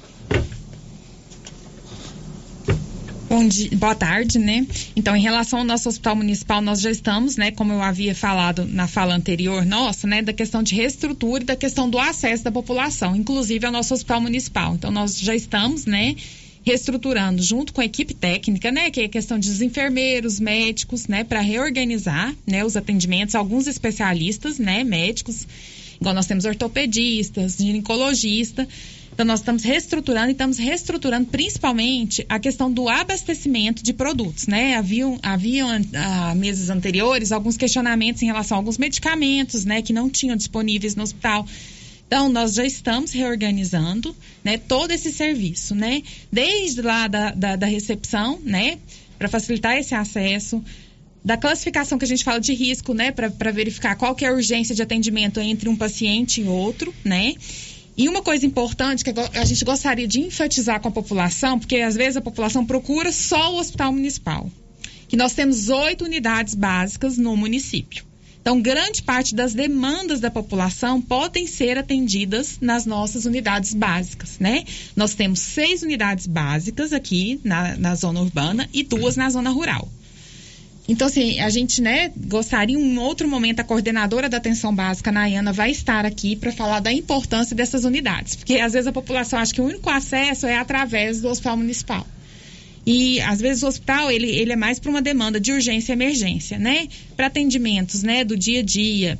Boa tarde, né? Então, em relação ao nosso hospital municipal, nós já estamos, né, como eu havia falado na fala anterior nossa, né, da questão de reestrutura e da questão do acesso da população, inclusive ao nosso hospital municipal. Então, nós já estamos, né, reestruturando junto com a equipe técnica, né, que é a questão dos enfermeiros, médicos, né, para reorganizar, né, os atendimentos, alguns especialistas, né, médicos, igual nós temos ortopedistas, ginecologistas. Então, nós estamos reestruturando e estamos reestruturando principalmente a questão do abastecimento de produtos, né? Haviam meses anteriores alguns questionamentos em relação a alguns medicamentos, né, que não tinham disponíveis no hospital. Então, nós já estamos reorganizando, né, todo esse serviço, né? Desde lá da recepção, né, para facilitar esse acesso, da classificação que a gente fala de risco, né, para verificar qual que é a urgência de atendimento entre um paciente e outro, né? E uma coisa importante que a gente gostaria de enfatizar com a população, porque às vezes a população procura só o hospital municipal, que nós temos 8 unidades básicas no município. Então, grande parte das demandas da população podem ser atendidas nas nossas unidades básicas, né? Nós temos 6 unidades básicas aqui na zona urbana e 2 na zona rural. Então, assim, a gente, né, gostaria, em um outro momento, a coordenadora da atenção básica, Nayana, vai estar aqui para falar da importância dessas unidades. Porque, às vezes, a população acha que o único acesso é através do hospital municipal. E, às vezes, o hospital, ele é mais para uma demanda de urgência e emergência, né? Para atendimentos, né, do dia a dia,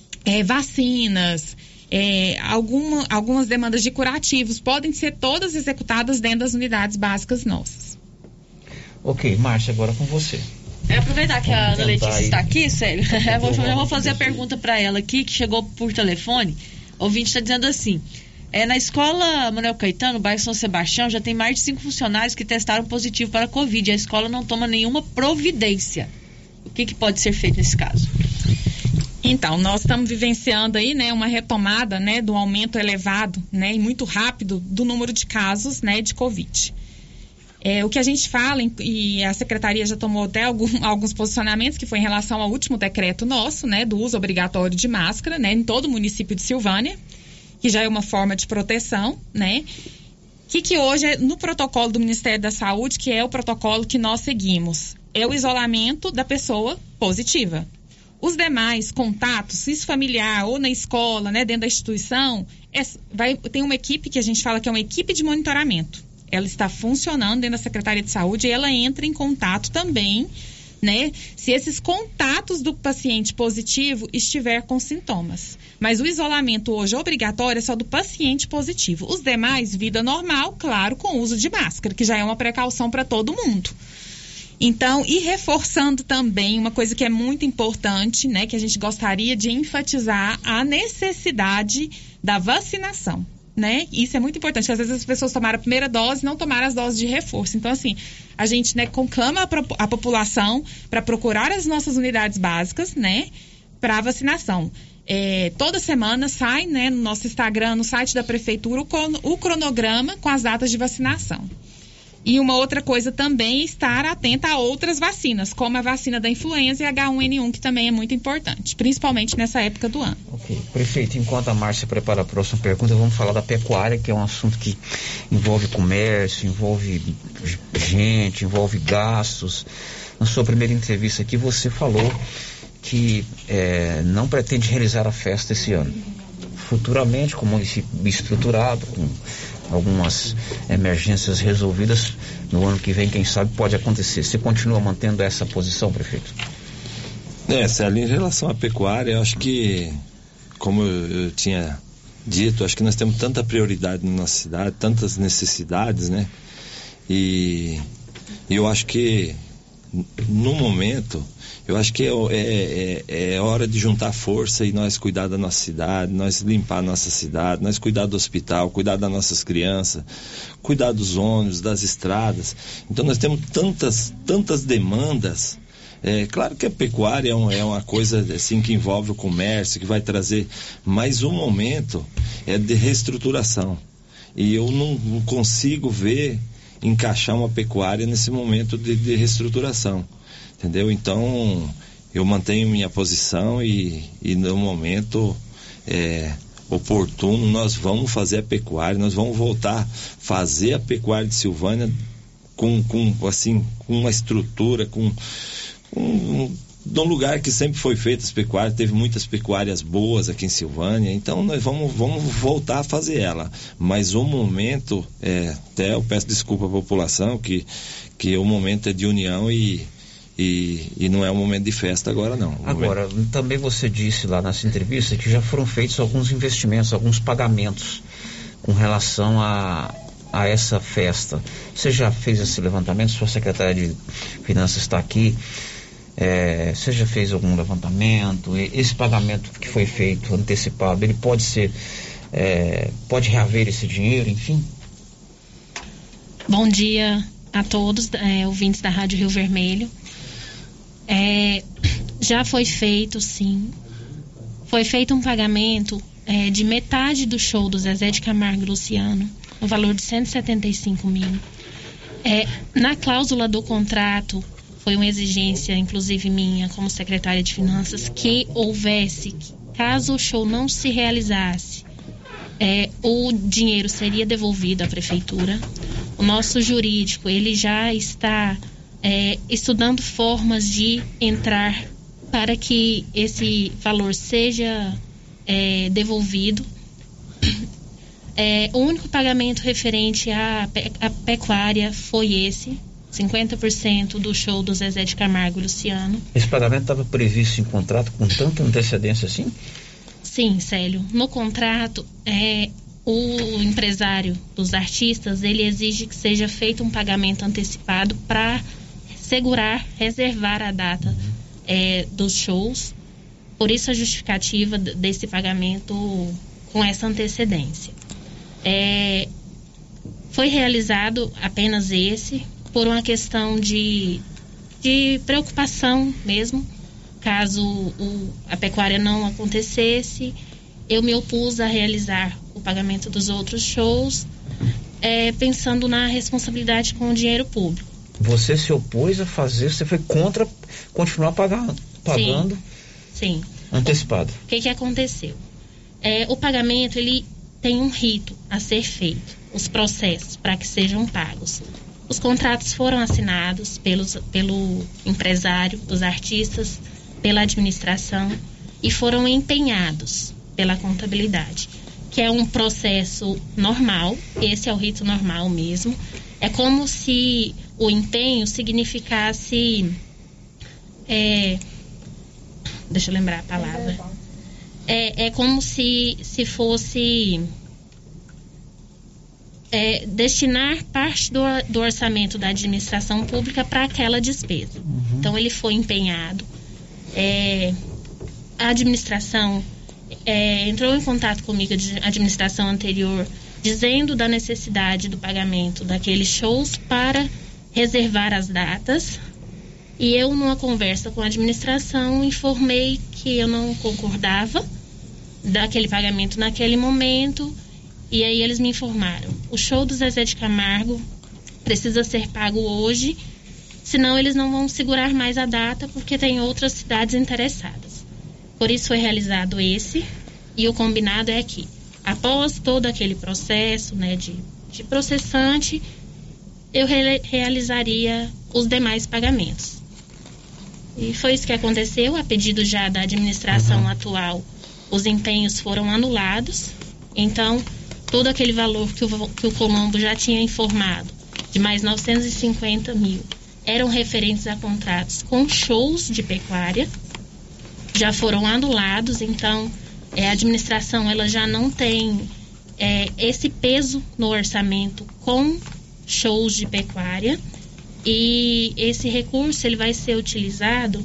vacinas, algumas demandas de curativos, podem ser todas executadas dentro das unidades básicas nossas. Ok, Márcia, agora com você. Aproveitar que a Ana Letícia está aqui, Célio, eu vou fazer a pergunta para ela aqui, que chegou por telefone. O ouvinte está dizendo assim: na escola Manuel Caetano, bairro São Sebastião, já tem mais de 5 funcionários que testaram positivo para a Covid e a escola não toma nenhuma providência. O que pode ser feito nesse caso? Então, nós estamos vivenciando aí, né, uma retomada, né, do aumento elevado, né, e muito rápido do número de casos, né, de Covid. O que a gente fala, e a Secretaria já tomou até alguns posicionamentos, que foi em relação ao último decreto nosso, né, do uso obrigatório de máscara, né, em todo o município de Silvânia, que já é uma forma de proteção, né, que hoje é no protocolo do Ministério da Saúde, que é o protocolo que nós seguimos, é o isolamento da pessoa positiva. Os demais contatos, se isso familiar ou na escola, né, dentro da instituição, tem uma equipe que a gente fala que é uma equipe de monitoramento. Ela está funcionando dentro da Secretaria de Saúde e ela entra em contato também, né, se esses contatos do paciente positivo estiver com sintomas. Mas o isolamento hoje obrigatório é só do paciente positivo. Os demais, vida normal, claro, com uso de máscara, que já é uma precaução para todo mundo. Então, e reforçando também uma coisa que é muito importante, né, que a gente gostaria de enfatizar, a necessidade da vacinação, né? Isso é muito importante, porque às vezes as pessoas tomaram a primeira dose e não tomaram as doses de reforço. Então, assim, a gente, né, conclama a população para procurar as nossas unidades básicas, né, para vacinação. Toda semana sai, né, no nosso Instagram, no site da Prefeitura, o cronograma com as datas de vacinação. E uma outra coisa também é estar atenta a outras vacinas, como a vacina da influenza e H1N1, que também é muito importante, principalmente nessa época do ano. Ok. Prefeito, enquanto a Márcia prepara a próxima pergunta, vamos falar da pecuária, que é um assunto que envolve comércio, envolve gente, envolve gastos. Na sua primeira entrevista aqui, você falou que não pretende realizar a festa esse ano. Futuramente, com o município estruturado, com algumas emergências resolvidas, no ano que vem, quem sabe, pode acontecer. Você continua mantendo essa posição, prefeito? Célio, em relação à pecuária, eu acho que, como eu tinha dito, acho que nós temos tanta prioridade na nossa cidade, tantas necessidades, né? E eu acho que, no momento, eu acho que é hora de juntar força e nós cuidar da nossa cidade, nós limpar a nossa cidade, nós cuidar do hospital, cuidar das nossas crianças, cuidar dos ônibus, das estradas. Então nós temos tantas demandas. Claro que a pecuária é uma coisa assim que envolve o comércio, que vai trazer, mas o momento é de reestruturação. E eu não consigo encaixar uma pecuária nesse momento de reestruturação. Entendeu? Então, eu mantenho minha posição e no momento oportuno nós vamos fazer a pecuária, nós vamos voltar a fazer a pecuária de Silvânia com uma estrutura, de um lugar que sempre foi feito as pecuárias, teve muitas pecuárias boas aqui em Silvânia, então nós vamos voltar a fazer ela, mas o momento, até eu peço desculpa à população, que o momento é de união e não é um momento de festa agora, não. Agora, também você disse lá nessa entrevista que já foram feitos alguns investimentos, alguns pagamentos com relação a essa festa. Você já fez esse levantamento? Sua secretária de Finanças está aqui. Você já fez algum levantamento? Esse pagamento que foi feito antecipado, ele pode ser, pode reaver esse dinheiro, enfim? Bom dia a todos, ouvintes da Rádio Rio Vermelho. Já foi feito, sim. Foi feito um pagamento de metade do show do Zezé de Camargo e Luciano, no valor de 175 mil. Na cláusula do contrato, foi uma exigência, inclusive minha, como secretária de Finanças, que houvesse, caso o show não se realizasse, o dinheiro seria devolvido à prefeitura. O nosso jurídico, ele já está estudando formas de entrar para que esse valor seja devolvido. O único pagamento referente à pecuária foi esse, 50% do show do Zezé de Camargo e Luciano. Esse pagamento estava previsto em contrato com tanta antecedência assim? Sim, Célio. No contrato, o empresário dos artistas, ele exige que seja feito um pagamento antecipado para reservar a data dos shows. Por isso a justificativa desse pagamento com essa antecedência. Foi realizado apenas esse, por uma questão de preocupação mesmo. Caso a pecuária não acontecesse, eu me opus a realizar o pagamento dos outros shows, pensando na responsabilidade com o dinheiro público. Você se opôs a fazer, você foi contra continuar pagando? Sim. Antecipado. O que aconteceu? O pagamento, ele tem um rito a ser feito, os processos para que sejam pagos. Os contratos foram assinados pelo empresário, dos artistas, pela administração e foram empenhados pela contabilidade, que é um processo normal. Esse é o rito normal mesmo. É como se o empenho significasse, deixa eu lembrar a palavra, é como se fosse destinar parte do orçamento da administração pública para aquela despesa. Então ele foi empenhado. A administração entrou em contato comigo, a administração anterior, dizendo da necessidade do pagamento daqueles shows para reservar as datas, e eu, numa conversa com a administração, informei que eu não concordava daquele pagamento naquele momento, e aí eles me informaram: o show do Zezé de Camargo precisa ser pago hoje, senão eles não vão segurar mais a data, porque tem outras cidades interessadas. Por isso foi realizado esse, e o combinado é que, após todo aquele processo, né, de processante, eu realizaria os demais pagamentos. E foi isso que aconteceu. A pedido já da administração atual, os empenhos foram anulados. Então, todo aquele valor que o Colombo já tinha informado, de mais 950 mil, eram referentes a contratos com shows de pecuária, já foram anulados. Então, a administração ela já não tem esse peso no orçamento com shows de pecuária, e esse recurso ele vai ser utilizado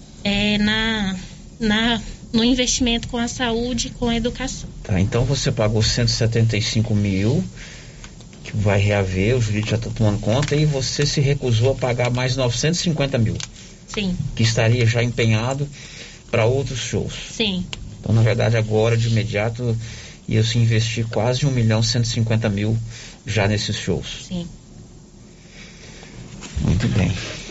no investimento com a saúde e com a educação. Tá, então você pagou 175 mil, que vai reaver, o jurídico já está tomando conta, e você se recusou a pagar mais 950 mil. Sim. Que estaria já empenhado para outros shows. Sim. Então, na verdade, agora, de imediato, ia se investir quase 1.150.000 já nesses shows. Sim. Muito bem.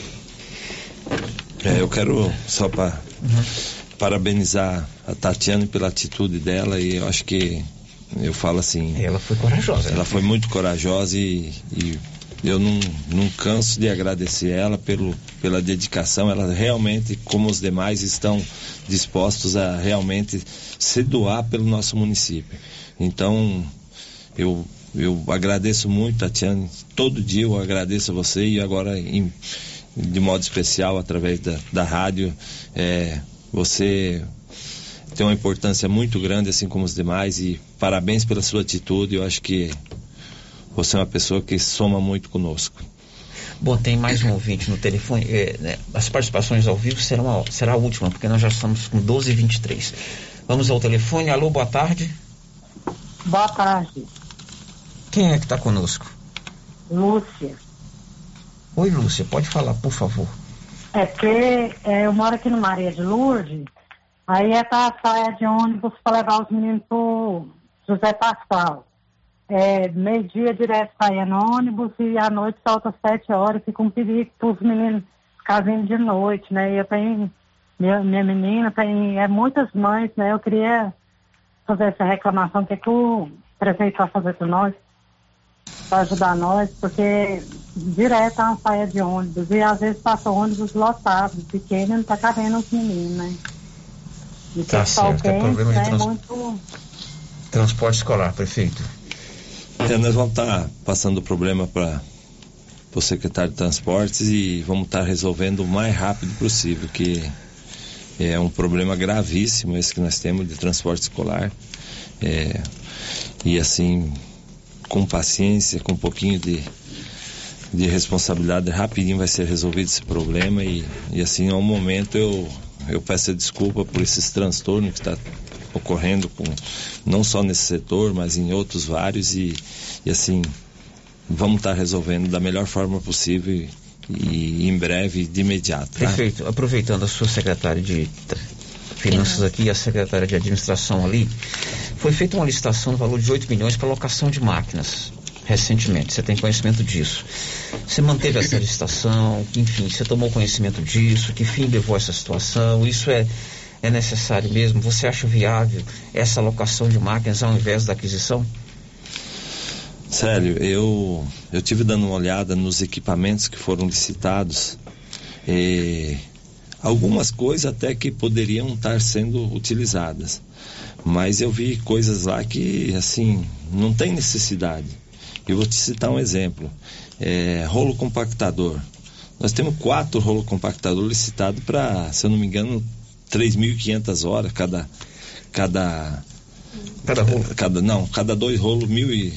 Eu quero só parabenizar a Tatiane pela atitude dela, e eu acho que eu falo assim... Ela foi corajosa. Ela foi muito corajosa, e eu não canso de agradecer ela pela dedicação. Ela realmente, como os demais, estão dispostos a realmente se doar pelo nosso município. Então, eu agradeço muito, Tatiane. Todo dia eu agradeço a você, e agora de modo especial através da rádio. Você tem uma importância muito grande, assim como os demais, e parabéns pela sua atitude. Eu acho que você é uma pessoa que soma muito conosco. Bom, tem mais um ouvinte no telefone. As participações ao vivo será a última, porque nós já estamos com 12h23. Vamos ao telefone. Alô, boa tarde. Boa tarde. Quem é que está conosco? Lúcia. Oi, Lúcia, pode falar, por favor. É porque eu moro aqui no Maria de Lourdes, aí tá a saia de ônibus para levar os meninos pro José Pascoal. Meio-dia direto saia no ônibus, e à noite solta 7 horas, fica um perigo para os meninos ficarem vindo de noite, né? E eu tenho, minha menina tem muitas mães, né? Eu queria fazer essa reclamação, que o prefeito vai fazer para nós, para ajudar nós, porque direto a uma saia de ônibus. E às vezes passa ônibus lotado, pequeno, não está cabendo os meninos, né? E tá certo, é problema de muito... transporte escolar, prefeito. Nós vamos estar passando o problema para o secretário de Transportes e vamos estar resolvendo o mais rápido possível, que é um problema gravíssimo esse que nós temos de transporte escolar. E assim, com paciência, com um pouquinho de responsabilidade, rapidinho vai ser resolvido esse problema e assim, ao momento eu peço desculpa por esses transtornos que está ocorrendo não só nesse setor, mas em outros vários e assim, vamos estar resolvendo da melhor forma possível e em breve, de imediato. Tá? Prefeito, aproveitando a sua secretária de Finanças aqui e a secretária de Administração ali, foi feita uma licitação no valor de 8 milhões para locação de máquinas recentemente, você tem conhecimento disso. Você manteve essa licitação, enfim, você tomou conhecimento disso, que fim levou essa situação, isso é necessário mesmo? Você acha viável essa alocação de máquinas ao invés da aquisição? Sério, eu tive dando uma olhada nos equipamentos que foram licitados, algumas coisas até que poderiam estar sendo utilizadas, mas eu vi coisas lá que assim, não tem necessidade. Eu vou te citar um exemplo, rolo compactador. Nós temos 4 rolo compactador licitados para, se eu não me engano, 3.500 horas cada rolo. Cada 2 rolos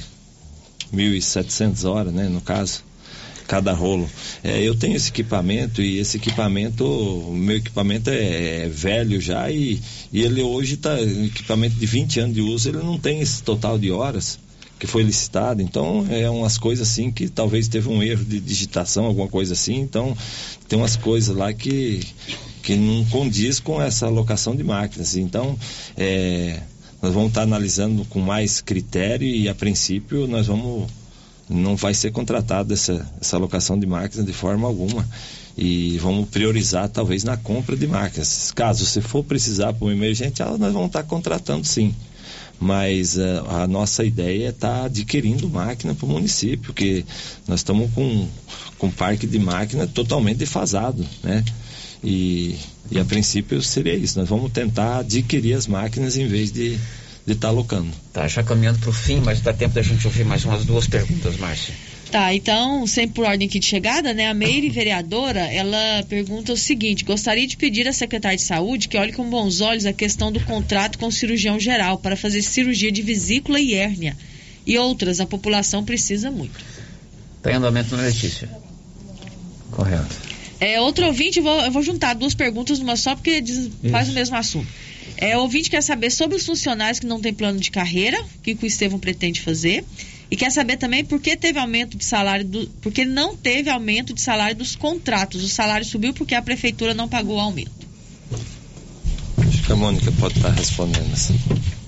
1.700 horas, né, no caso, cada rolo. Eu tenho esse equipamento e o meu equipamento é velho já e ele hoje está, um equipamento de 20 anos de uso, ele não tem esse total de horas que foi licitado, então umas coisas assim que talvez teve um erro de digitação, alguma coisa assim, então tem umas coisas lá que não condiz com essa alocação de máquinas, então nós vamos estar analisando com mais critério e a princípio não vai ser contratada essa alocação de máquinas de forma alguma e vamos priorizar talvez na compra de máquinas. Caso você for precisar para uma emergencial, nós vamos estar contratando sim. Mas a nossa ideia é estar adquirindo máquina para o município, porque nós estamos com um parque de máquina totalmente defasado, né? E a princípio seria isso, nós vamos tentar adquirir as máquinas em vez de estar alocando. Tá, já caminhando para o fim, mas dá tempo da gente ouvir mais umas 2 perguntas, Márcia. Tá, então, sempre por ordem aqui de chegada, né? A Meire, vereadora, ela pergunta o seguinte: gostaria de pedir à secretária de Saúde que olhe com bons olhos a questão do contrato com o cirurgião geral para fazer cirurgia de vesícula e hérnia. E outras, a população precisa muito. Está em andamento na Letícia. Correto. Outro ouvinte, eu vou juntar 2 perguntas numa só, porque faz o mesmo assunto. O ouvinte quer saber sobre os funcionários que não têm plano de carreira, o que o Estevão pretende fazer. E quer saber também por que teve aumento de salário, porque não teve aumento de salário dos contratos. O salário subiu porque a prefeitura não pagou o aumento. Acho que a Mônica pode estar respondendo assim.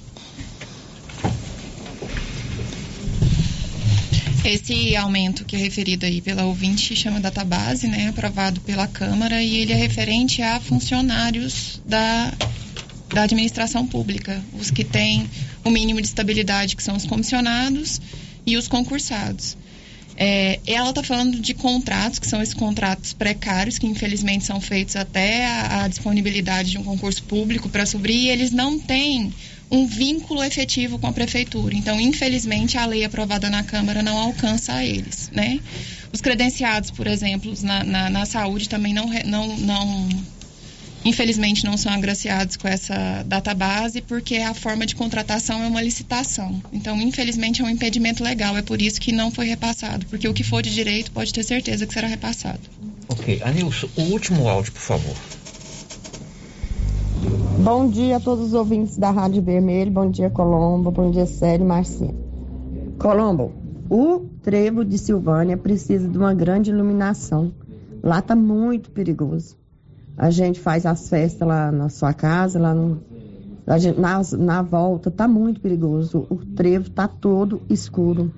Esse aumento que é referido aí pela ouvinte chama database, né, aprovado pela Câmara, e ele é referente a funcionários da administração pública, os que têm o mínimo de estabilidade, que são os comissionados e os concursados. Ela está falando de contratos, que são esses contratos precários, que infelizmente são feitos até a disponibilidade de um concurso público para suprir, e eles não têm um vínculo efetivo com a prefeitura. Então, infelizmente, a lei aprovada na Câmara não alcança a eles, né? Os credenciados, por exemplo, na saúde também infelizmente não são agraciados com essa database, porque a forma de contratação é uma licitação. Então, infelizmente, é um impedimento legal. É por isso que não foi repassado, porque o que for de direito pode ter certeza que será repassado. Ok. Anilson, o último áudio, por favor. Bom dia a todos os ouvintes da Rádio Vermelho. Bom dia, Colombo. Bom dia, Célio e Marcinho. Colombo, o trevo de Silvânia precisa de uma grande iluminação. Lá está muito perigoso. A gente faz as festas lá na sua casa, na volta, está muito perigoso. O trevo está todo escuro.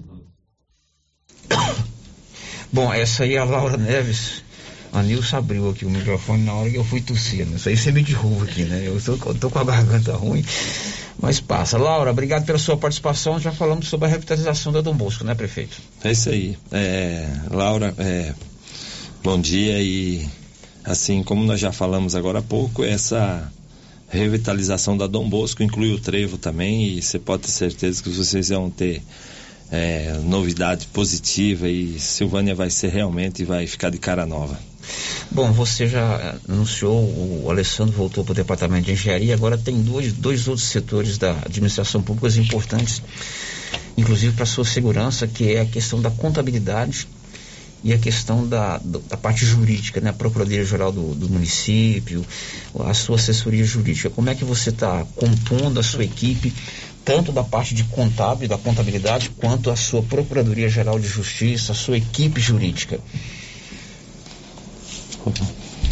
Bom, essa aí é a Laura Neves. A Nilson abriu aqui o microfone na hora que eu fui tossir. Isso aí você me derruba aqui, né? Eu tô com a garganta ruim. Mas passa. Laura, obrigado pela sua participação. Já falamos sobre a revitalização da Dom Bosco, né, prefeito? É isso aí. Laura, bom dia. E assim como nós já falamos agora há pouco, essa revitalização da Dom Bosco inclui o trevo também, e você pode ter certeza que vocês vão ter novidade positiva, e Silvânia vai ser realmente, vai ficar de cara nova. Bom, você já anunciou, o Alessandro voltou para o departamento de engenharia, agora tem dois outros setores da administração pública importantes, inclusive para a sua segurança, que é a questão da contabilidade e a questão da parte jurídica, né? A Procuradoria-Geral do município, a sua assessoria jurídica. Como é que você está compondo a sua equipe, tanto da parte de contábil, da contabilidade, quanto a sua Procuradoria-Geral de Justiça, a sua equipe jurídica?